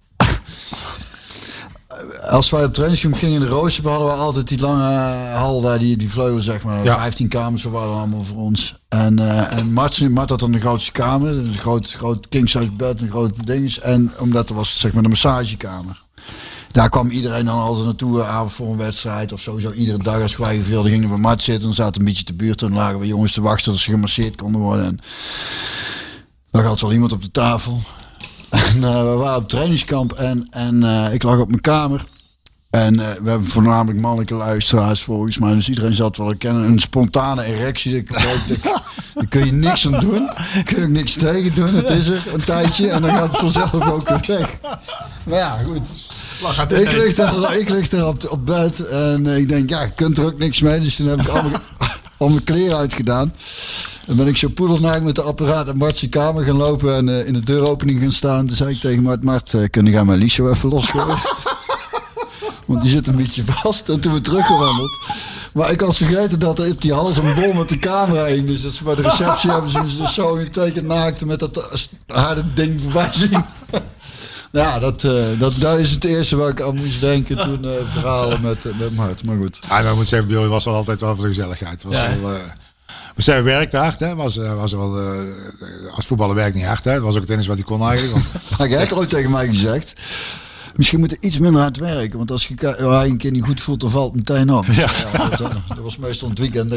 Als wij op trainingskamp gingen in de Rooster, hadden we altijd die lange hal daar, die vleugel zeg maar. 15 kamers waren allemaal voor ons. En Mart had dan de grootste kamer, een groot king-size bed, een grote ding. En omdat er was zeg maar de massagekamer. Daar kwam iedereen dan altijd naartoe, avond voor een wedstrijd of sowieso iedere dag als wij veel. Dan gingen we bij Mart zitten, dan zaten een beetje te buurt en dan lagen we jongens te wachten dat ze gemasseerd konden worden. En dan had wel iemand op de tafel. En we waren op trainingskamp en ik lag op mijn kamer. En we hebben voornamelijk mannelijke luisteraars volgens mij. Dus iedereen zat wel kennen. Een spontane erectie. Daar kun je niks aan doen. Daar kun je ook niks tegen doen. Het is er een tijdje en dan gaat het vanzelf ook weer weg. Maar ja, goed. Ik lig daar op bed en ik denk, je kunt er ook niks mee. Dus toen heb ik al mijn kleren uitgedaan. Dan ben ik zo poedelnaakt met de apparaat in Mart's kamer gaan lopen en in de deuropening gaan staan. Toen zei ik tegen Mart, kunnen jij mijn Liesje even losgooien? Want die zit een beetje vast. En toen we teruggewandeld. Maar ik was vergeten dat er op die hals een bol met de camera hing. Dus dat ze bij de receptie hebben ze zo een teken naakt met dat harde ding voorbij zien. Ja, dat is het eerste waar ik aan moest denken toen verhalen met Mart. Maar goed. Ja, maar ik moet zeggen, Billy was wel altijd wel voor de gezelligheid. Het was wel... We werkte hard, hè. Was wel, als voetballer werkt niet hard, hè. Dat was ook het enige wat hij kon eigenlijk. Maar jij hebt er ooit tegen mij gezegd, misschien moet er iets minder hard werken. Want als je een keer niet goed voelt, dan valt het meteen af. Ja. Dat was meestal het weekend.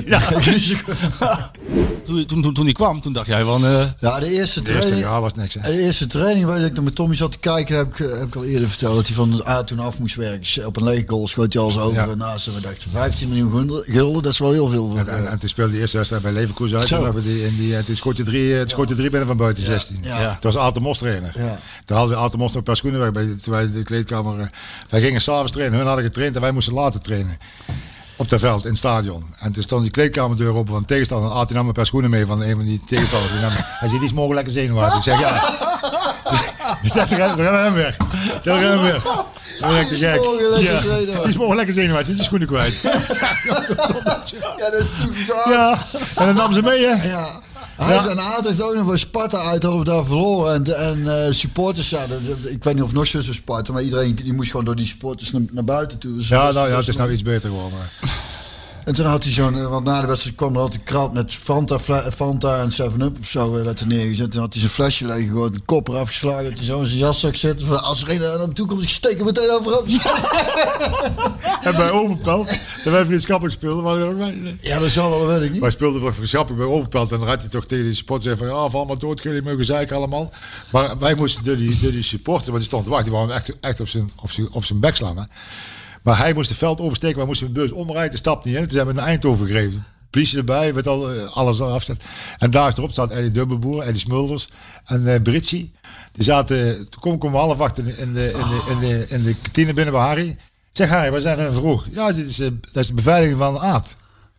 Toen hij kwam, toen dacht jij van... de eerste training was niks. Hè. De eerste training waar ik dan met Tommy zat te kijken, heb ik al eerder verteld dat hij van de A toen af moest werken. Op een lege goal schoot hij alles over naast. En we dachten 15 miljoen gulden, dat is wel heel veel. En toen speelde de eerste wedstrijd bij Leverkusen uit. En toen schoot je 3 binnen van buiten 16. Ja. Toen was Alte Mos trainer. Ja. Toen hadden Alte Mos nog een paar schoenen weg toen wij de kleedkamer... wij gingen s'avonds trainen, hun hadden getraind en wij moesten later trainen. Op het veld, in het stadion. En toen stond die kleedkamerdeur open van de tegenstander. En Alte nam een paar schoenen mee van een van die tegenstanders. Hij zei, die is morgen lekker zenuwachtig. Ik zeg, ja. Zet hem weg. Zet hem weg. Die is morgen lekker zenuwachtig. Zit die schoenen kwijt. Ja, dat is typisch Aad. Ja, en dan nam ze mee, hè. Ja. Aad heeft ook nog bij Sparta uit, hadden we daar verloren. En supporters, ik weet niet of nog zo Sparta, maar iedereen die moest gewoon door die supporters naar buiten toe. Dus het is nou iets beter geworden. En toen had hij zo'n, want na de wedstrijd kwam er altijd een krat met Fanta en 7-Up of zo werd er neergezet. Toen had hij zijn flesje leeg gegooid, een kop eraf geslagen, dat hij zo in zijn jaszak zit. Van, als er een naar me toe komt, ik steek hem meteen overop. En bij Overpelt, dat wij vriendschappelijk speelden, waren er ook bij. Ja, dat zou wel, weet ik niet. Wij speelden voor vriendschappelijk bij Overpelt en dan had hij toch tegen die sport zeggen van, val maar dood, jullie mogen zeiken allemaal. Maar wij moesten door die supporter, want die stond te wachten, die waren echt op zijn bek slaan. Hè. Maar hij moest het veld oversteken, wij moesten de bus omrijden, de stap niet in. Toen zijn we naar Eindhoven gereden. Politie erbij, met alles afzet. En daar is erop staat Eddie Dubbelboer, Eddie Smulders en Britsie. Die zaten, toen komen we 7:30 in de kantine binnen bij Harry. Zeg Harry, waar zijn we vroeg? Ja, dat is de beveiliging van Aad.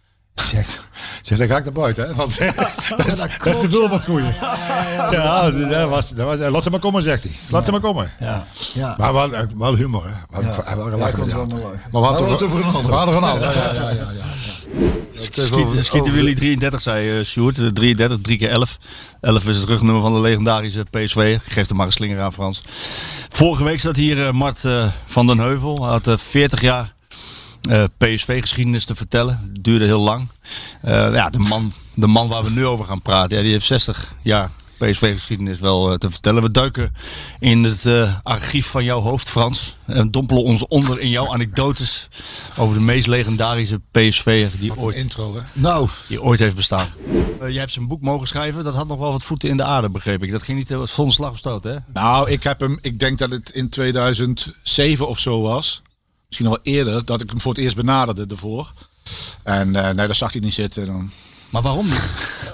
Zeg, dan ga ik naar buiten, hè? Want dat is te veel wat goeie. Ja, laat ze maar komen, zegt hij. Laat ze maar komen. Ja. Maar wel humor, hè? We hadden Ronaldo. Ja. Schieten jullie 33, zei Sjoerd. 33, 3 keer 11. 11 is het rugnummer van de legendarische PSV. Ik geef er maar een slinger aan, Frans. Vorige week zat hier Mart van den Heuvel. Hij had 40 jaar PSV-geschiedenis te vertellen. Het duurde heel lang. De man waar we nu over gaan praten, die heeft 60 jaar PSV-geschiedenis wel te vertellen. We duiken in het archief van jouw hoofd, Frans. En dompelen ons onder in jouw anekdotes over de meest legendarische PSV'er die ooit heeft bestaan. Jij hebt zijn boek mogen schrijven. Dat had nog wel wat voeten in de aarde, begreep ik. Dat ging niet zonder slag of stoot, hè? Nou, ik denk dat het in 2007 of zo was. Misschien al eerder, dat ik hem voor het eerst benaderde ervoor. En nee, daar zag hij niet zitten. Dan. Maar waarom niet?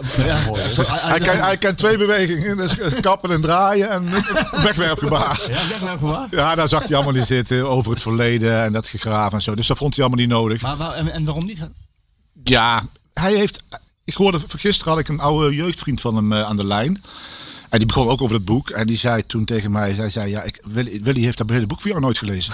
Hij kent 2 bewegingen. Dus kappen en draaien en wegwerpgebaar. Ja, wegwerpgebaar? Ja, daar zag hij allemaal niet zitten. Over het verleden en dat gegraven en zo. Dus dat vond hij allemaal niet nodig. Maar en waarom niet? Ja, hij heeft... Ik hoorde, gisteren had ik een oude jeugdvriend van hem aan de lijn. En die begon ook over het boek. En die zei toen tegen mij, Willy heeft dat hele boek voor jou nooit gelezen.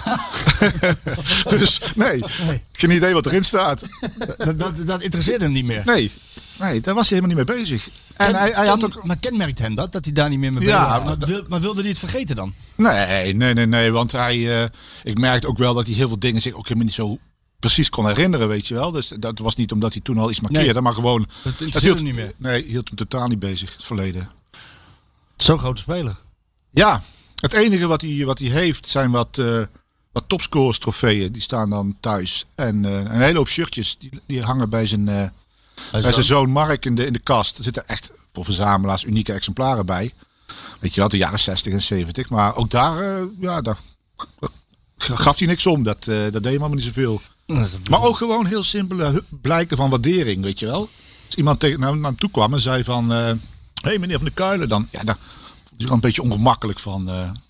Dus nee, geen idee wat erin staat. Dat interesseerde hem niet meer. Nee, daar was hij helemaal niet mee bezig. En hij had ook... Maar kenmerkt hem dat hij daar niet meer mee bezig was? Maar wilde hij het vergeten dan? Nee, want ik merkte ook wel dat hij heel veel dingen zich ook helemaal niet zo precies kon herinneren, weet je wel. Dus dat was niet omdat hij toen al iets markeerde, maar gewoon... Het interesseerde hem niet meer? Nee, hield hem totaal niet bezig, het verleden. Zo'n grote speler. Ja, het enige wat hij heeft zijn wat topscorers trofeeën. Die staan dan thuis. En een hele hoop shirtjes die hangen bij zijn zoon Mark in de kast. Er zitten echt voor verzamelaars unieke exemplaren bij. Weet je wel, de jaren 60 en 70. Maar ook daar gaf hij niks om. Dat deed hem allemaal niet zoveel. Maar ook gewoon heel simpele blijken van waardering, weet je wel. Als iemand naar hem toe kwam en zei van... Hé, meneer Van der Kuilen, dan vond hij er een beetje ongemakkelijk van.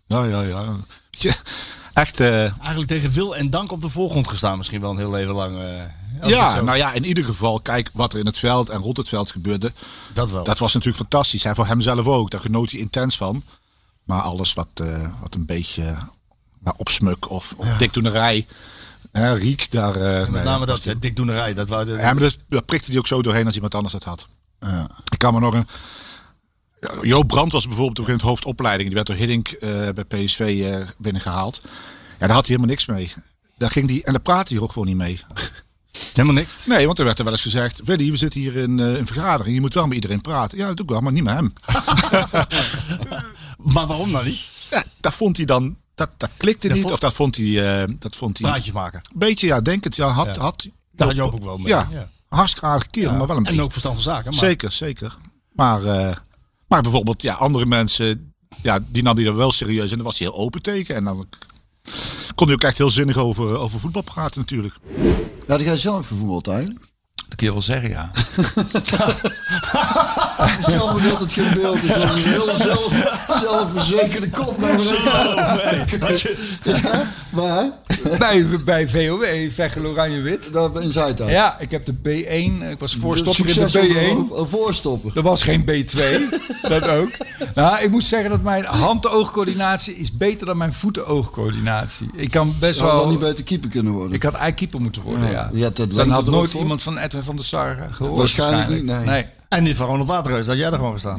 Echt. Eigenlijk tegen wil en dank op de voorgrond gestaan, misschien wel een heel leven lang. In ieder geval, kijk wat er in het veld en rond het veld gebeurde. Dat wel. Dat was natuurlijk fantastisch. Hij voor hemzelf ook, daar genoot hij intens van. Maar alles wat een beetje opsmuk of dikdoenerij. Riek, daar... Met name dat, dikdoenerij. Maar dat prikte hij ook zo doorheen als iemand anders het had. Ja. Ik kan me nog Joop Brandt was bijvoorbeeld ook in het hoofdopleiding. Die werd door Hiddink bij PSV binnengehaald. Ja, daar had hij helemaal niks mee. Daar ging die en daar praatte hij ook gewoon niet mee. Helemaal niks? Nee, want er werd er wel eens gezegd... Willy, we zitten hier in een vergadering. Je moet wel met iedereen praten. Ja, dat doe ik wel, maar niet met hem. Maar waarom dan niet? Ja, dat vond hij dan... Dat klikte niet. Of dat vond hij... Praatjes maken. Beetje, denk het. Ja, daar had Joop ook wel mee. Ja. Hartstikke aardige kerel, maar wel een beetje. En ook verstand van zaken. Maar... Zeker. Maar bijvoorbeeld andere mensen, die nam hij er wel serieus en daar was hij heel open tegen. En dan kon hij ook echt heel zinnig over voetbal praten natuurlijk. Ja, die ga je zelf vervoerd eigenlijk. Dat kun je wel zeggen, ja. Jammer dat het geen beeld is. Een heel zelfverzekerde kop. Bij VOW, Veghel Oranje-Wit. In Zuidhout. Ja, ik heb de B1. Ik was voorstopper in de B1. Voorstopper. Er was geen B2. Dat ook. Nou, ik moet zeggen dat mijn hand-oogcoördinatie is beter dan mijn voeten-oogcoördinatie. Ik kan best wel niet beter keeper kunnen worden. Ik had eigenlijk keeper moeten worden, ja. Dan had nooit iemand van Edwin van der Sar gehoord. Waarschijnlijk niet, nee. En niet van Ronald Waterreus, dat jij er gewoon gestaan.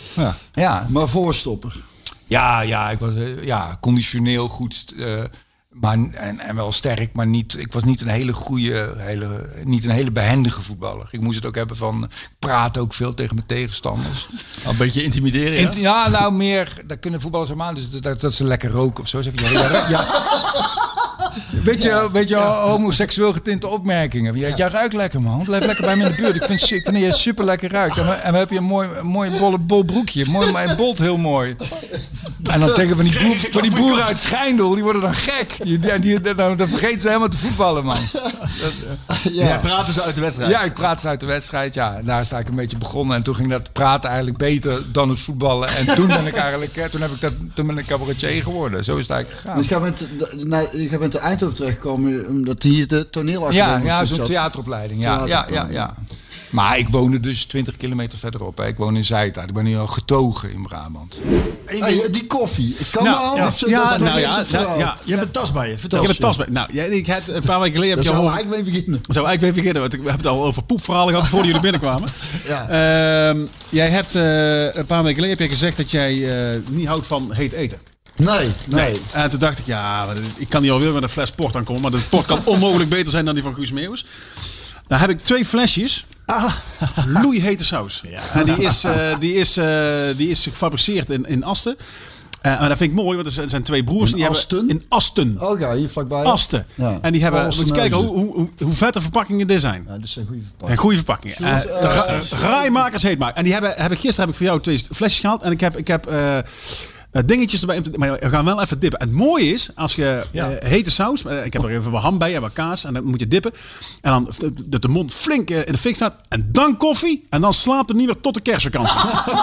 Ja. Maar voorstopper. Ja, ik was conditioneel goed. Maar, en wel sterk, maar niet. Ik was niet een hele goede, niet een hele behendige voetballer. Ik moest het ook hebben van. Ik praat ook veel tegen mijn tegenstanders. Een beetje intimideren. Ja, nou meer. Daar kunnen voetballers helemaal. Dus dat ze lekker roken of zo. Zeg je, ja. Weet je, homoseksueel getinte opmerkingen. Jij ruikt lekker, man. Blijf lekker bij me in de buurt. Ik vind dat je super lekker ruikt. En we hebben je een mooi bol broekje. Hij bolt heel mooi. En dan tegen van die boeren uit Schijndel, die worden dan gek. Dan vergeten ze helemaal te voetballen, man. Ja, praten ze uit de wedstrijd? Ja, ik praat ze uit de wedstrijd. Ja, en daar sta ik een beetje begonnen. En toen ging dat praten eigenlijk beter dan het voetballen. En toen ben ik eigenlijk, toen ben ik cabaretier geworden. Zo is het eigenlijk gegaan. Dus je bent in Eindhoven terechtgekomen omdat hier de toneelacademie Ja, zo'n theateropleiding. Ja. Maar ik woonde dus 20 kilometer verderop. Hè. Ik woon in Zijtaart. Ik ben nu al getogen in Brabant. Die koffie. Ik kan je hebt een tas bij je. Vertel. Ik heb een tas bij. Nou, ik had een paar weken geleden. Zou eigenlijk mee beginnen. Want we hebben het al over poepverhalen gehad voordat jullie binnenkwamen. Jij hebt een paar weken geleden heb je gezegd dat jij niet houdt van heet eten. Nee. En toen dacht ik, ik kan hier alweer met een fles port aankomen. Maar de port kan onmogelijk beter zijn dan die van Guus Meeuwis. Nou heb ik 2 flesjes loeihete saus. Ja. En die is gefabriceerd in Asten. Maar dat vind ik mooi, want er zijn 2 broers. In Asten? In Asten. Oh ja, hier vlakbij. Asten. Ja. En die hebben, moet je kijken hoe vette verpakkingen dit zijn. Ja, dit zijn goede verpakkingen. Raaimakers heet maar. En die gisteren heb ik voor jou 2 flesjes gehaald. En ik heb dingetjes erbij. Maar we gaan wel even dippen. En het mooie is, als je hete saus... ik heb er even wat ham bij en wat kaas. En dan moet je dippen. En dan dat de mond flink in de fik staat. En dan koffie. En dan slaapt het niet meer tot de kerstvakantie.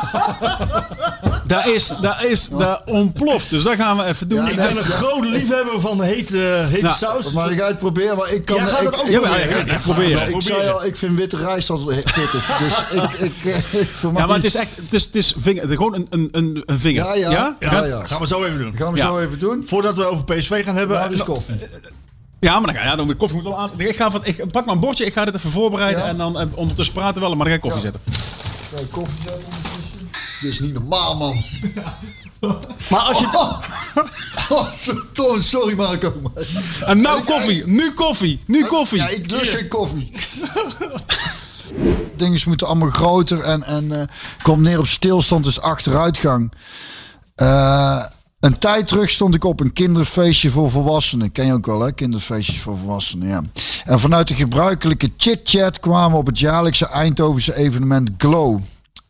Daar ontploft. Dus dat gaan we even doen. Ja, ik ben een grote liefhebber van hete saus. Maar ik ga het proberen. Maar ik kan het proberen. Ik zei al, ik vind witte rijst al pittig. Dus maar het is echt... Het is gewoon een vinger. Ja? Gaan we zo even doen. Voordat we over PSV gaan hebben. Nou, dus koffie. Ja, maar dan de koffie moet wel aan. Ik pak maar een bordje. Ik ga dit even voorbereiden. En dan ondertussen praten wel. Maar dan ga ik koffie zetten. Ga je koffie zetten ondertussen? Dit is niet normaal, man. Maar als je... Sorry Marco. En nou koffie. Nu koffie. Ja, ik lust geen koffie. Dingen moeten allemaal groter en komt neer op stilstand, dus achteruitgang. Een tijd terug stond ik op een kinderfeestje voor volwassenen. Ken je ook wel, hè? Kinderfeestjes voor volwassenen, ja. En vanuit de gebruikelijke chit-chat kwamen we op het jaarlijkse Eindhovense evenement Glow.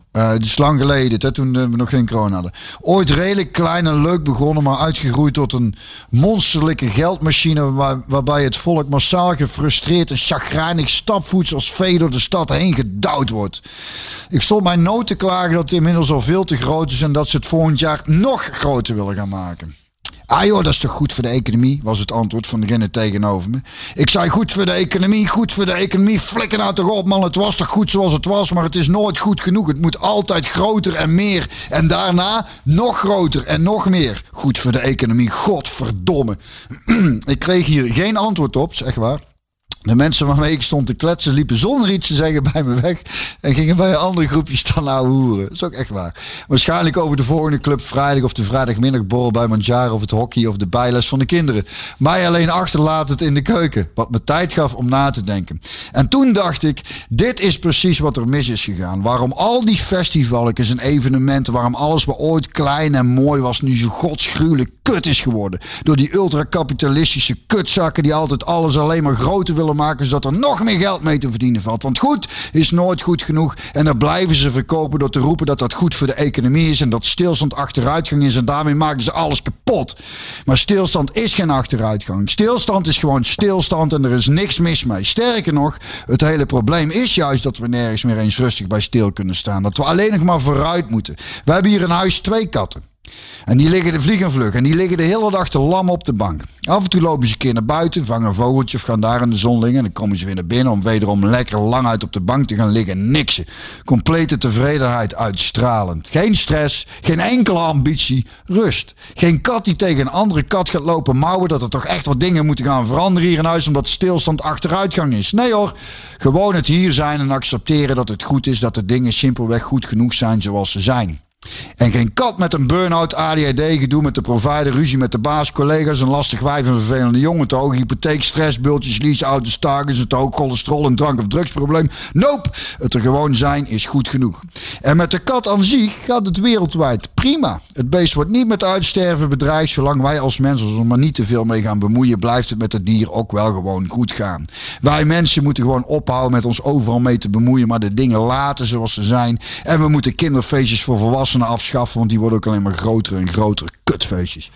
Dus lang geleden, hè, toen we nog geen corona hadden. Ooit redelijk klein en leuk begonnen, maar uitgegroeid tot een monsterlijke geldmachine waarbij het volk massaal gefrustreerd en chagrijnig stapvoets als vee door de stad heen gedouwd wordt. Ik stond mijn nood te klagen dat het inmiddels al veel te groot is en dat ze het volgend jaar nog groter willen gaan maken. Ah joh, dat is toch goed voor de economie, was het antwoord van degene tegenover me. Ik zei goed voor de economie, flikker nou toch op man, het was toch goed zoals het was, maar het is nooit goed genoeg. Het moet altijd groter en meer en daarna nog groter en nog meer. Goed voor de economie, godverdomme. Ik kreeg hier geen antwoord op, zeg maar. De mensen waarmee ik stond te kletsen liepen zonder iets te zeggen bij me weg en gingen bij een andere groepje staan ouwe hoeren. Dat is ook echt waar. Waarschijnlijk over de volgende club vrijdag of de vrijdagmiddagborrel bij Mandjaren of het hockey of de bijles van de kinderen. Mij alleen achterlatend in de keuken, wat me tijd gaf om na te denken. En toen dacht ik, dit is precies wat er mis is gegaan. Waarom al die festivalletjes en evenementen, waarom alles wat ooit klein en mooi was nu zo godsgruwelijk kut is geworden. Door die ultracapitalistische kutzakken die altijd alles alleen maar groter willen maken, zodat er nog meer geld mee te verdienen valt. Want goed is nooit goed genoeg en dan blijven ze verkopen door te roepen dat dat goed voor de economie is en dat stilstand achteruitgang is en daarmee maken ze alles kapot. Maar stilstand is geen achteruitgang. Stilstand is gewoon stilstand en er is niks mis mee. Sterker nog, het hele probleem is juist dat we nergens meer eens rustig bij stil kunnen staan. Dat we alleen nog maar vooruit moeten. We hebben hier in huis 2 katten. En die liggen de vlieg en vlug. En die liggen de hele dag te lam op de bank. Af en toe lopen ze een keer naar buiten, vangen een vogeltje of gaan daar in de zon liggen. En dan komen ze weer naar binnen om wederom lekker lang uit op de bank te gaan liggen. Niksen. Complete tevredenheid uitstralend. Geen stress, geen enkele ambitie, rust. Geen kat die tegen een andere kat gaat lopen mouwen dat er toch echt wat dingen moeten gaan veranderen hier in huis omdat stilstand achteruitgang is. Nee hoor, gewoon het hier zijn en accepteren dat het goed is dat de dingen simpelweg goed genoeg zijn zoals ze zijn. En geen kat met een burn-out, ADHD, gedoe met de provider, ruzie met de baas, collega's, een lastig wijf, een vervelende jongen, te hoog hypotheek, stress, bultjes, lease, auto's, targets, het hoog cholesterol, een drank- of drugsprobleem. Nope, het er gewoon zijn is goed genoeg. En met de kat aan zich gaat het wereldwijd prima. Het beest wordt niet met uitsterven bedreigd. Zolang wij als mensen ons er maar niet te veel mee gaan bemoeien, blijft het met het dier ook wel gewoon goed gaan. Wij mensen moeten gewoon ophouden met ons overal mee te bemoeien, maar de dingen laten zoals ze zijn. En we moeten kinderfeestjes voor volwassenen afschaffen, want die worden ook alleen maar groter en grotere kutfeestjes.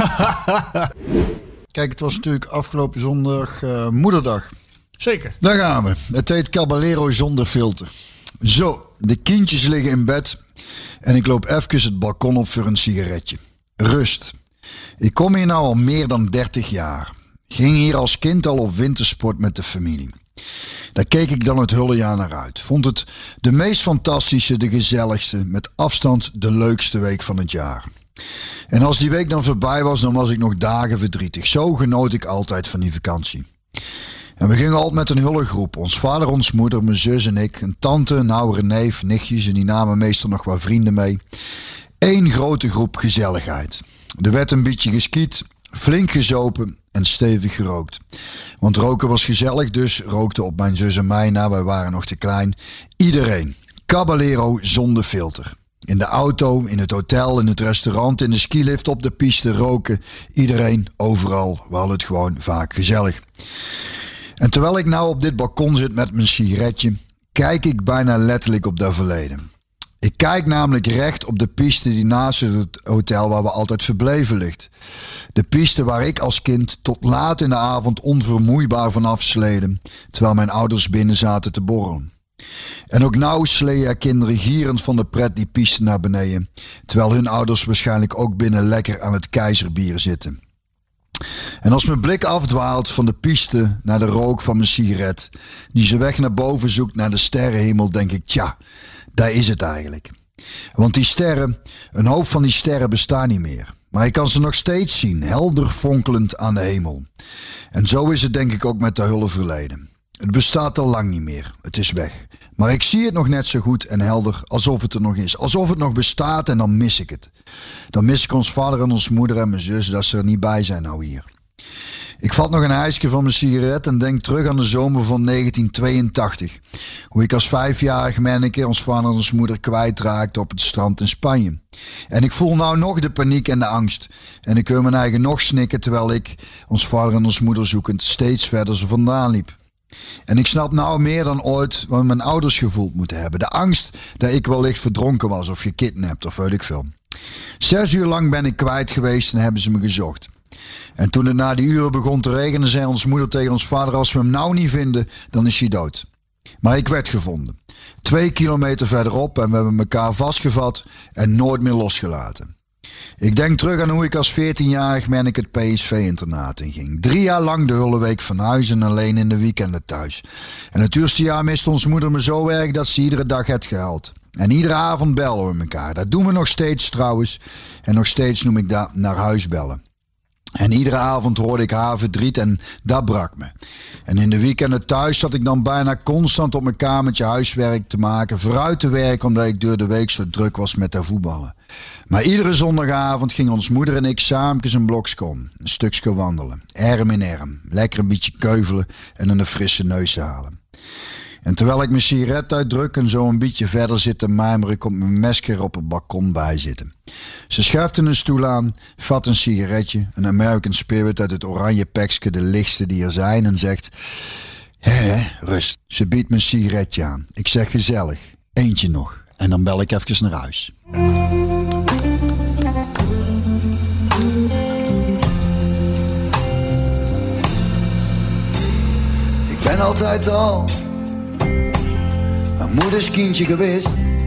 Kijk, het was natuurlijk afgelopen zondag moederdag. Zeker. Daar gaan we. Het heet Caballero zonder filter. Zo, de kindjes liggen in bed en ik loop even het balkon op voor een sigaretje. Rust. Ik kom hier nou al meer dan 30 jaar. Ging hier als kind al op wintersport met de familie. Daar keek ik dan het hele jaar naar uit. Vond het de meest fantastische, de gezelligste, met afstand de leukste week van het jaar. En als die week dan voorbij was, dan was ik nog dagen verdrietig. Zo genoot ik altijd van die vakantie. En we gingen altijd met een hele groep. Ons vader, ons moeder, mijn zus en ik. Een tante, een oudere neef, nichtjes en die namen meestal nog wat vrienden mee. Eén grote groep gezelligheid. Er werd een beetje geskiet, flink gezopen en stevig gerookt. Want roken was gezellig, dus rookte op mijn zus en mij, nou wij waren nog te klein, iedereen. Caballero zonder filter. In de auto, in het hotel, in het restaurant, in de skilift, op de piste, roken. Iedereen, overal, we hadden het gewoon vaak gezellig. En terwijl ik nou op dit balkon zit met mijn sigaretje, kijk ik bijna letterlijk op dat verleden. Ik kijk namelijk recht op de piste die naast het hotel waar we altijd verbleven ligt. De piste waar ik als kind tot laat in de avond onvermoeibaar vanaf sleden, terwijl mijn ouders binnen zaten te borrelen. En ook nou sleeën kinderen gierend van de pret die piste naar beneden, terwijl hun ouders waarschijnlijk ook binnen lekker aan het keizerbier zitten. En als mijn blik afdwaalt van de piste naar de rook van mijn sigaret, die zijn weg naar boven zoekt naar de sterrenhemel, denk ik, tja, daar is het eigenlijk. Want die sterren, een hoop van die sterren bestaan niet meer. Maar je kan ze nog steeds zien, helder fonkelend aan de hemel. En zo is het denk ik ook met de hele verleden. Het bestaat al lang niet meer, het is weg. Maar ik zie het nog net zo goed en helder alsof het er nog is. Alsof het nog bestaat en dan mis ik het. Dan mis ik ons vader en ons moeder en mijn zus dat ze er niet bij zijn nou hier. Ik vat nog een ijsje van mijn sigaret en denk terug aan de zomer van 1982. Hoe ik als 5-jarig manneke ons vader en ons moeder kwijtraakte op het strand in Spanje. En ik voel nou nog de paniek en de angst. En ik hoor mijn eigen nog snikken terwijl ik, ons vader en ons moeder zoekend, steeds verder ze vandaan liep. En ik snap nou meer dan ooit wat mijn ouders gevoeld moeten hebben. De angst dat ik wellicht verdronken was of gekidnapt of weet ik veel. 6 uur lang ben ik kwijt geweest en hebben ze me gezocht. En toen het na die uren begon te regenen, zei ons moeder tegen ons vader, als we hem nou niet vinden, dan is hij dood. Maar ik werd gevonden. 2 kilometer verderop en we hebben elkaar vastgevat en nooit meer losgelaten. Ik denk terug aan hoe ik als 14-jarig manneke het PSV-internaat inging. 3 jaar lang de hele week van huis en alleen in de weekenden thuis. En het eerste jaar miste onze moeder me zo erg dat ze iedere dag had gehuild. En iedere avond bellen we elkaar. Dat doen we nog steeds trouwens. En nog steeds noem ik dat naar huis bellen. En iedere avond hoorde ik haar verdriet en dat brak me. En in de weekenden thuis zat ik dan bijna constant op mijn kamertje huiswerk te maken, vooruit te werken omdat ik door de week zo druk was met dat voetballen. Maar iedere zondagavond gingen ons moeder en ik samen een blokskon, een stukje wandelen, arm in arm, lekker een beetje keuvelen en een frisse neus halen. En terwijl ik mijn sigaret uitdruk en zo een beetje verder zit te mijmeren, komt mijn mesker op het balkon bij zitten. Ze schuift een stoel aan, vat een sigaretje, een American Spirit uit het oranje pakje, de lichtste die er zijn, en zegt: hé, rust. Ze biedt me een sigaretje aan. Ik zeg gezellig, eentje nog. En dan bel ik even naar huis. Ik ben altijd al een moederskindje geweest.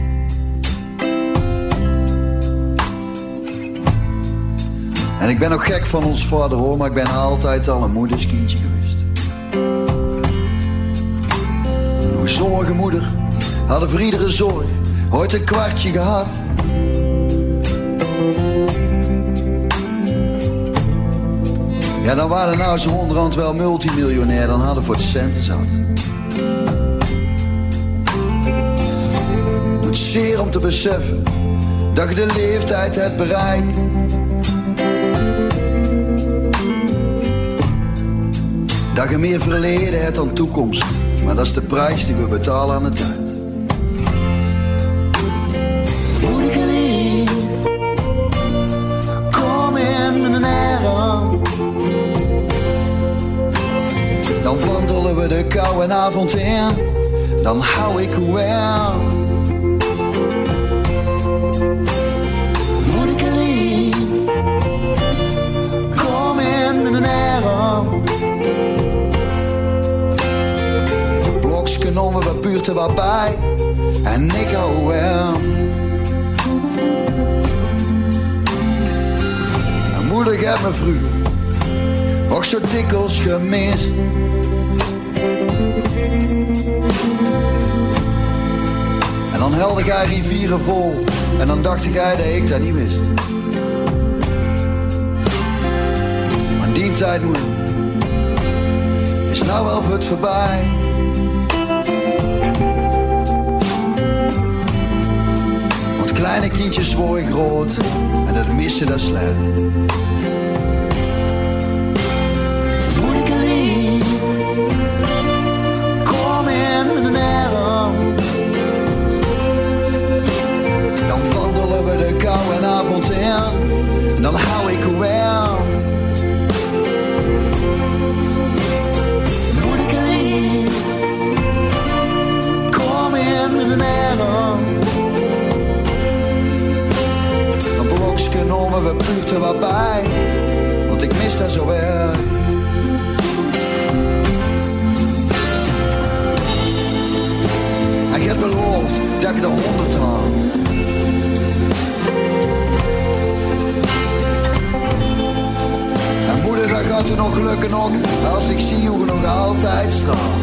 En ik ben ook gek van ons vader hoor, maar ik ben altijd al een moederskindje geweest. Hoe zorgen moeder, hadden voor iedere zorg ooit een kwartje gehad. Ja, dan waren nou zo onderhand wel multimiljonair, dan hadden voor het centen zat. Doet zeer om te beseffen dat je de leeftijd hebt bereikt. Dat je meer verleden hebt dan toekomst, maar dat is de prijs die we betalen aan de tijd. Moedige lief, kom in mijn arm. Dan wandelen we de koude avond in, dan hou ik u wel. Moedige lief, kom in mijn arm. Genomen we buurten wat bij en ik hou wel. En moeder heeft me vroeger ook zo dikwijls gemist. En dan helde jij rivieren vol en dan dacht jij dat ik dat niet wist. Maar die tijd moeder is nou wel het voorbij. Kleine kindjes worden groot en het missen dat slecht. Moedige lief, kom in mijn arm. Dan wandelen we de koude avond in en dan hou ik u wel. Moedige lief, kom in mijn arm. Genomen we buurten wat bij, want ik mis dat zo erg. En je hebt beloofd dat je de 100 had. En moeder, dat gaat er nog lukken ook, als ik zie hoe je nog altijd straalt.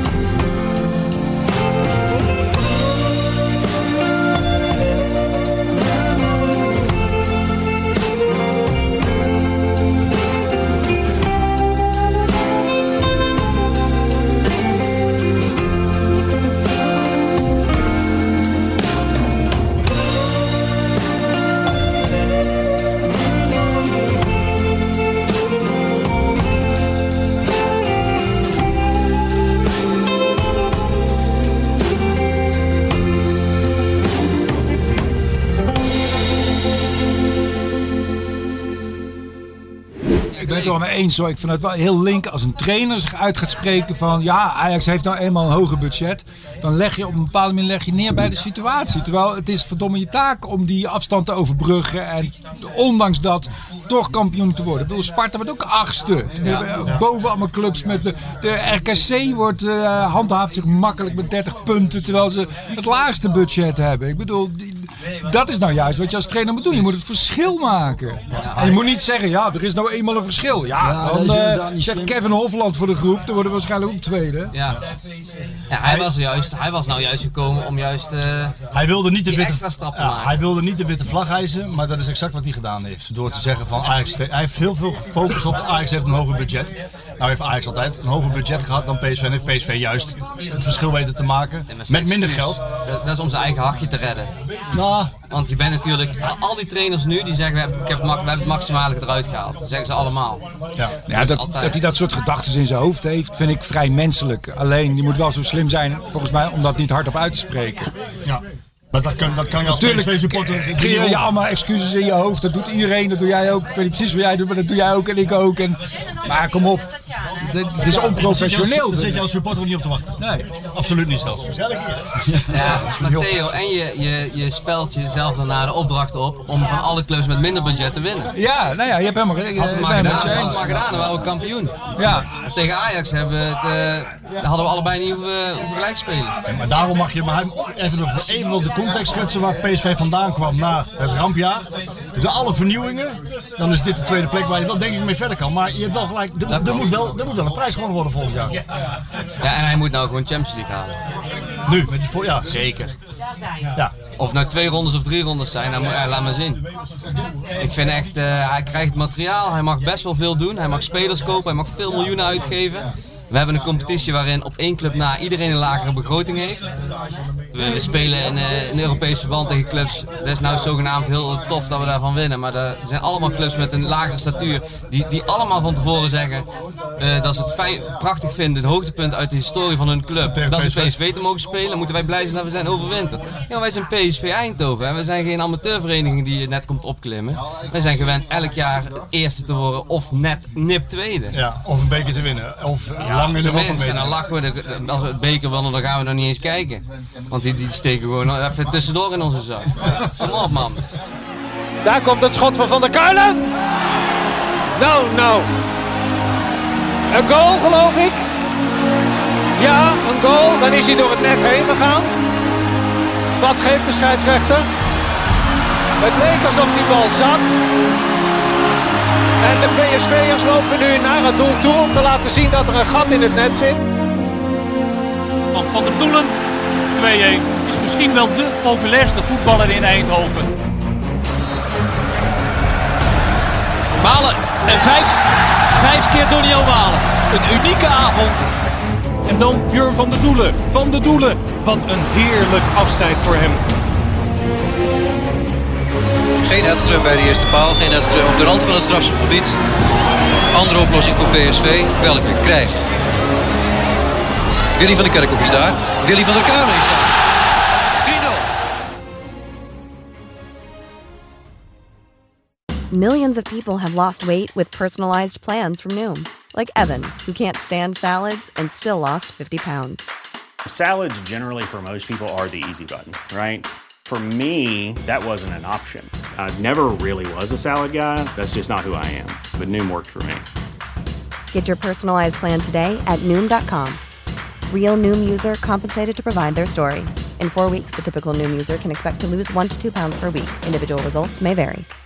Ik ben het er wel mee eens hoor. Ik vind het wel heel link als een trainer zich uit gaat spreken van ja, Ajax heeft nou eenmaal een hoger budget. Dan leg je op een bepaalde manier neer bij de situatie. Terwijl het is verdomme je taak om die afstand te overbruggen. En ondanks dat toch kampioen te worden. Ik bedoel, Sparta wordt ook 8e. Ja. Boven allemaal clubs met de RKC wordt handhaaft zich makkelijk met 30 punten. Terwijl ze het laagste budget hebben. Ik bedoel, dat is nou juist wat je als trainer moet doen. Je moet het verschil maken. Ja, en je moet niet zeggen, ja, er is nou eenmaal een verschil. Ja, dan zet Kevin Hofland voor de groep. Dan worden we waarschijnlijk ook tweede. Ja, hij was nou juist gekomen om juist hij wilde niet de extra stap te maken. Hij wilde niet de witte vlag hijsen, maar dat is exact wat hij gedaan heeft. Door te zeggen van Ajax, hij heeft heel veel gefocust op Ajax heeft een hoger budget. Nou heeft Ajax altijd een hoger budget gehad dan PSV en heeft PSV juist het verschil weten te maken met minder geld. Dat is om zijn eigen hachje te redden. Nou, want je bent natuurlijk, al die trainers nu die zeggen we hebben het maximale eruit gehaald. Dat zeggen ze allemaal. Ja, dat hij dat soort gedachten in zijn hoofd heeft, vind ik vrij menselijk. Alleen, je moet wel zo slim zijn, volgens mij, om dat niet hardop uit te spreken. Ja. Maar dat kan je als PSV-supporter... Creëer je allemaal excuses in je hoofd. Dat doet iedereen, dat doe jij ook. Ik weet niet precies wat jij doet, maar dat doe jij ook en ik ook. Maar kom op. Het is onprofessioneel. Daar zit je als supporter niet op te wachten. Nee, absoluut niet zelfs. Ja, maar Theo, en je spelt jezelf daarna de opdracht op om van alle clubs met minder budget te winnen. Ja, nou ja, je hebt helemaal gelijk. Had het maar gedaan, dan waren we kampioen. Ja. Tegen Ajax hadden we allebei niet hoeven gelijk spelen. Ja, maar daarom mag je maar even op de context schetsen waar PSV vandaan kwam na het rampjaar. Dus alle vernieuwingen, dan is dit de tweede plek waar je wel denk ik mee verder kan. Maar je hebt wel gelijk, er moet wel een prijs gewonnen worden volgend jaar. Ja, en hij moet nou gewoon Champions League halen. Nu, met die voorjaar. Zeker. Ja. Of nou 2 rondes of 3 rondes zijn, dan laat maar zien. Ik vind echt, hij krijgt materiaal, hij mag best wel veel doen. Hij mag spelers kopen, hij mag veel miljoenen uitgeven. We hebben een competitie waarin op 1 club na iedereen een lagere begroting heeft. We spelen in een Europees verband tegen clubs. Dat is nou zogenaamd heel tof dat we daarvan winnen. Maar er zijn allemaal clubs met een lagere statuur die allemaal van tevoren zeggen dat ze het prachtig vinden. Het hoogtepunt uit de historie van hun club. Dat ze PSV te mogen spelen, moeten wij blij zijn dat we zijn overwinterd. Ja, wij zijn PSV Eindhoven. Hè. We zijn geen amateurvereniging die net komt opklimmen. Wij zijn gewend elk jaar eerste te worden of net nip tweede. Ja, of een beker te winnen. Of lang in de Europa mee. En dan lachen we, als we het beker winnen, dan gaan we nog niet eens kijken. Want die steken gewoon even tussendoor in onze zak. Kom op, man. Daar komt het schot van Van der Kuilen. Nou. Een goal, geloof ik. Ja, een goal. Dan is hij door het net heen gegaan. Wat geeft de scheidsrechter? Het leek alsof die bal zat. En de PSV'ers lopen nu naar het doel toe om te laten zien dat er een gat in het net zit. Van der Doelen, 2-1. Is misschien wel de populairste voetballer in Eindhoven. Malen en vijf keer Doniel Malen. Een unieke avond. En dan Björn van der Doelen. Van der Doelen, wat een heerlijk afscheid voor hem. Geen Edström bij de eerste paal, geen Edström op de rand van het strafschopgebied. Andere oplossing voor PSV, welke krijgt? Willy van der Kerkhoff is daar, Willy van der Kuilen is daar. 3-0. Millions of people have lost weight with personalized plans from Noom. Like Evan, who can't stand salads and still lost 50 pounds. Salads generally for most people are the easy button, right? For me, that wasn't an option. I never really was a salad guy. That's just not who I am. But Noom worked for me. Get your personalized plan today at Noom.com. Real Noom user compensated to provide their story. In 4 weeks, the typical Noom user can expect to lose 1 to 2 pounds per week. Individual results may vary.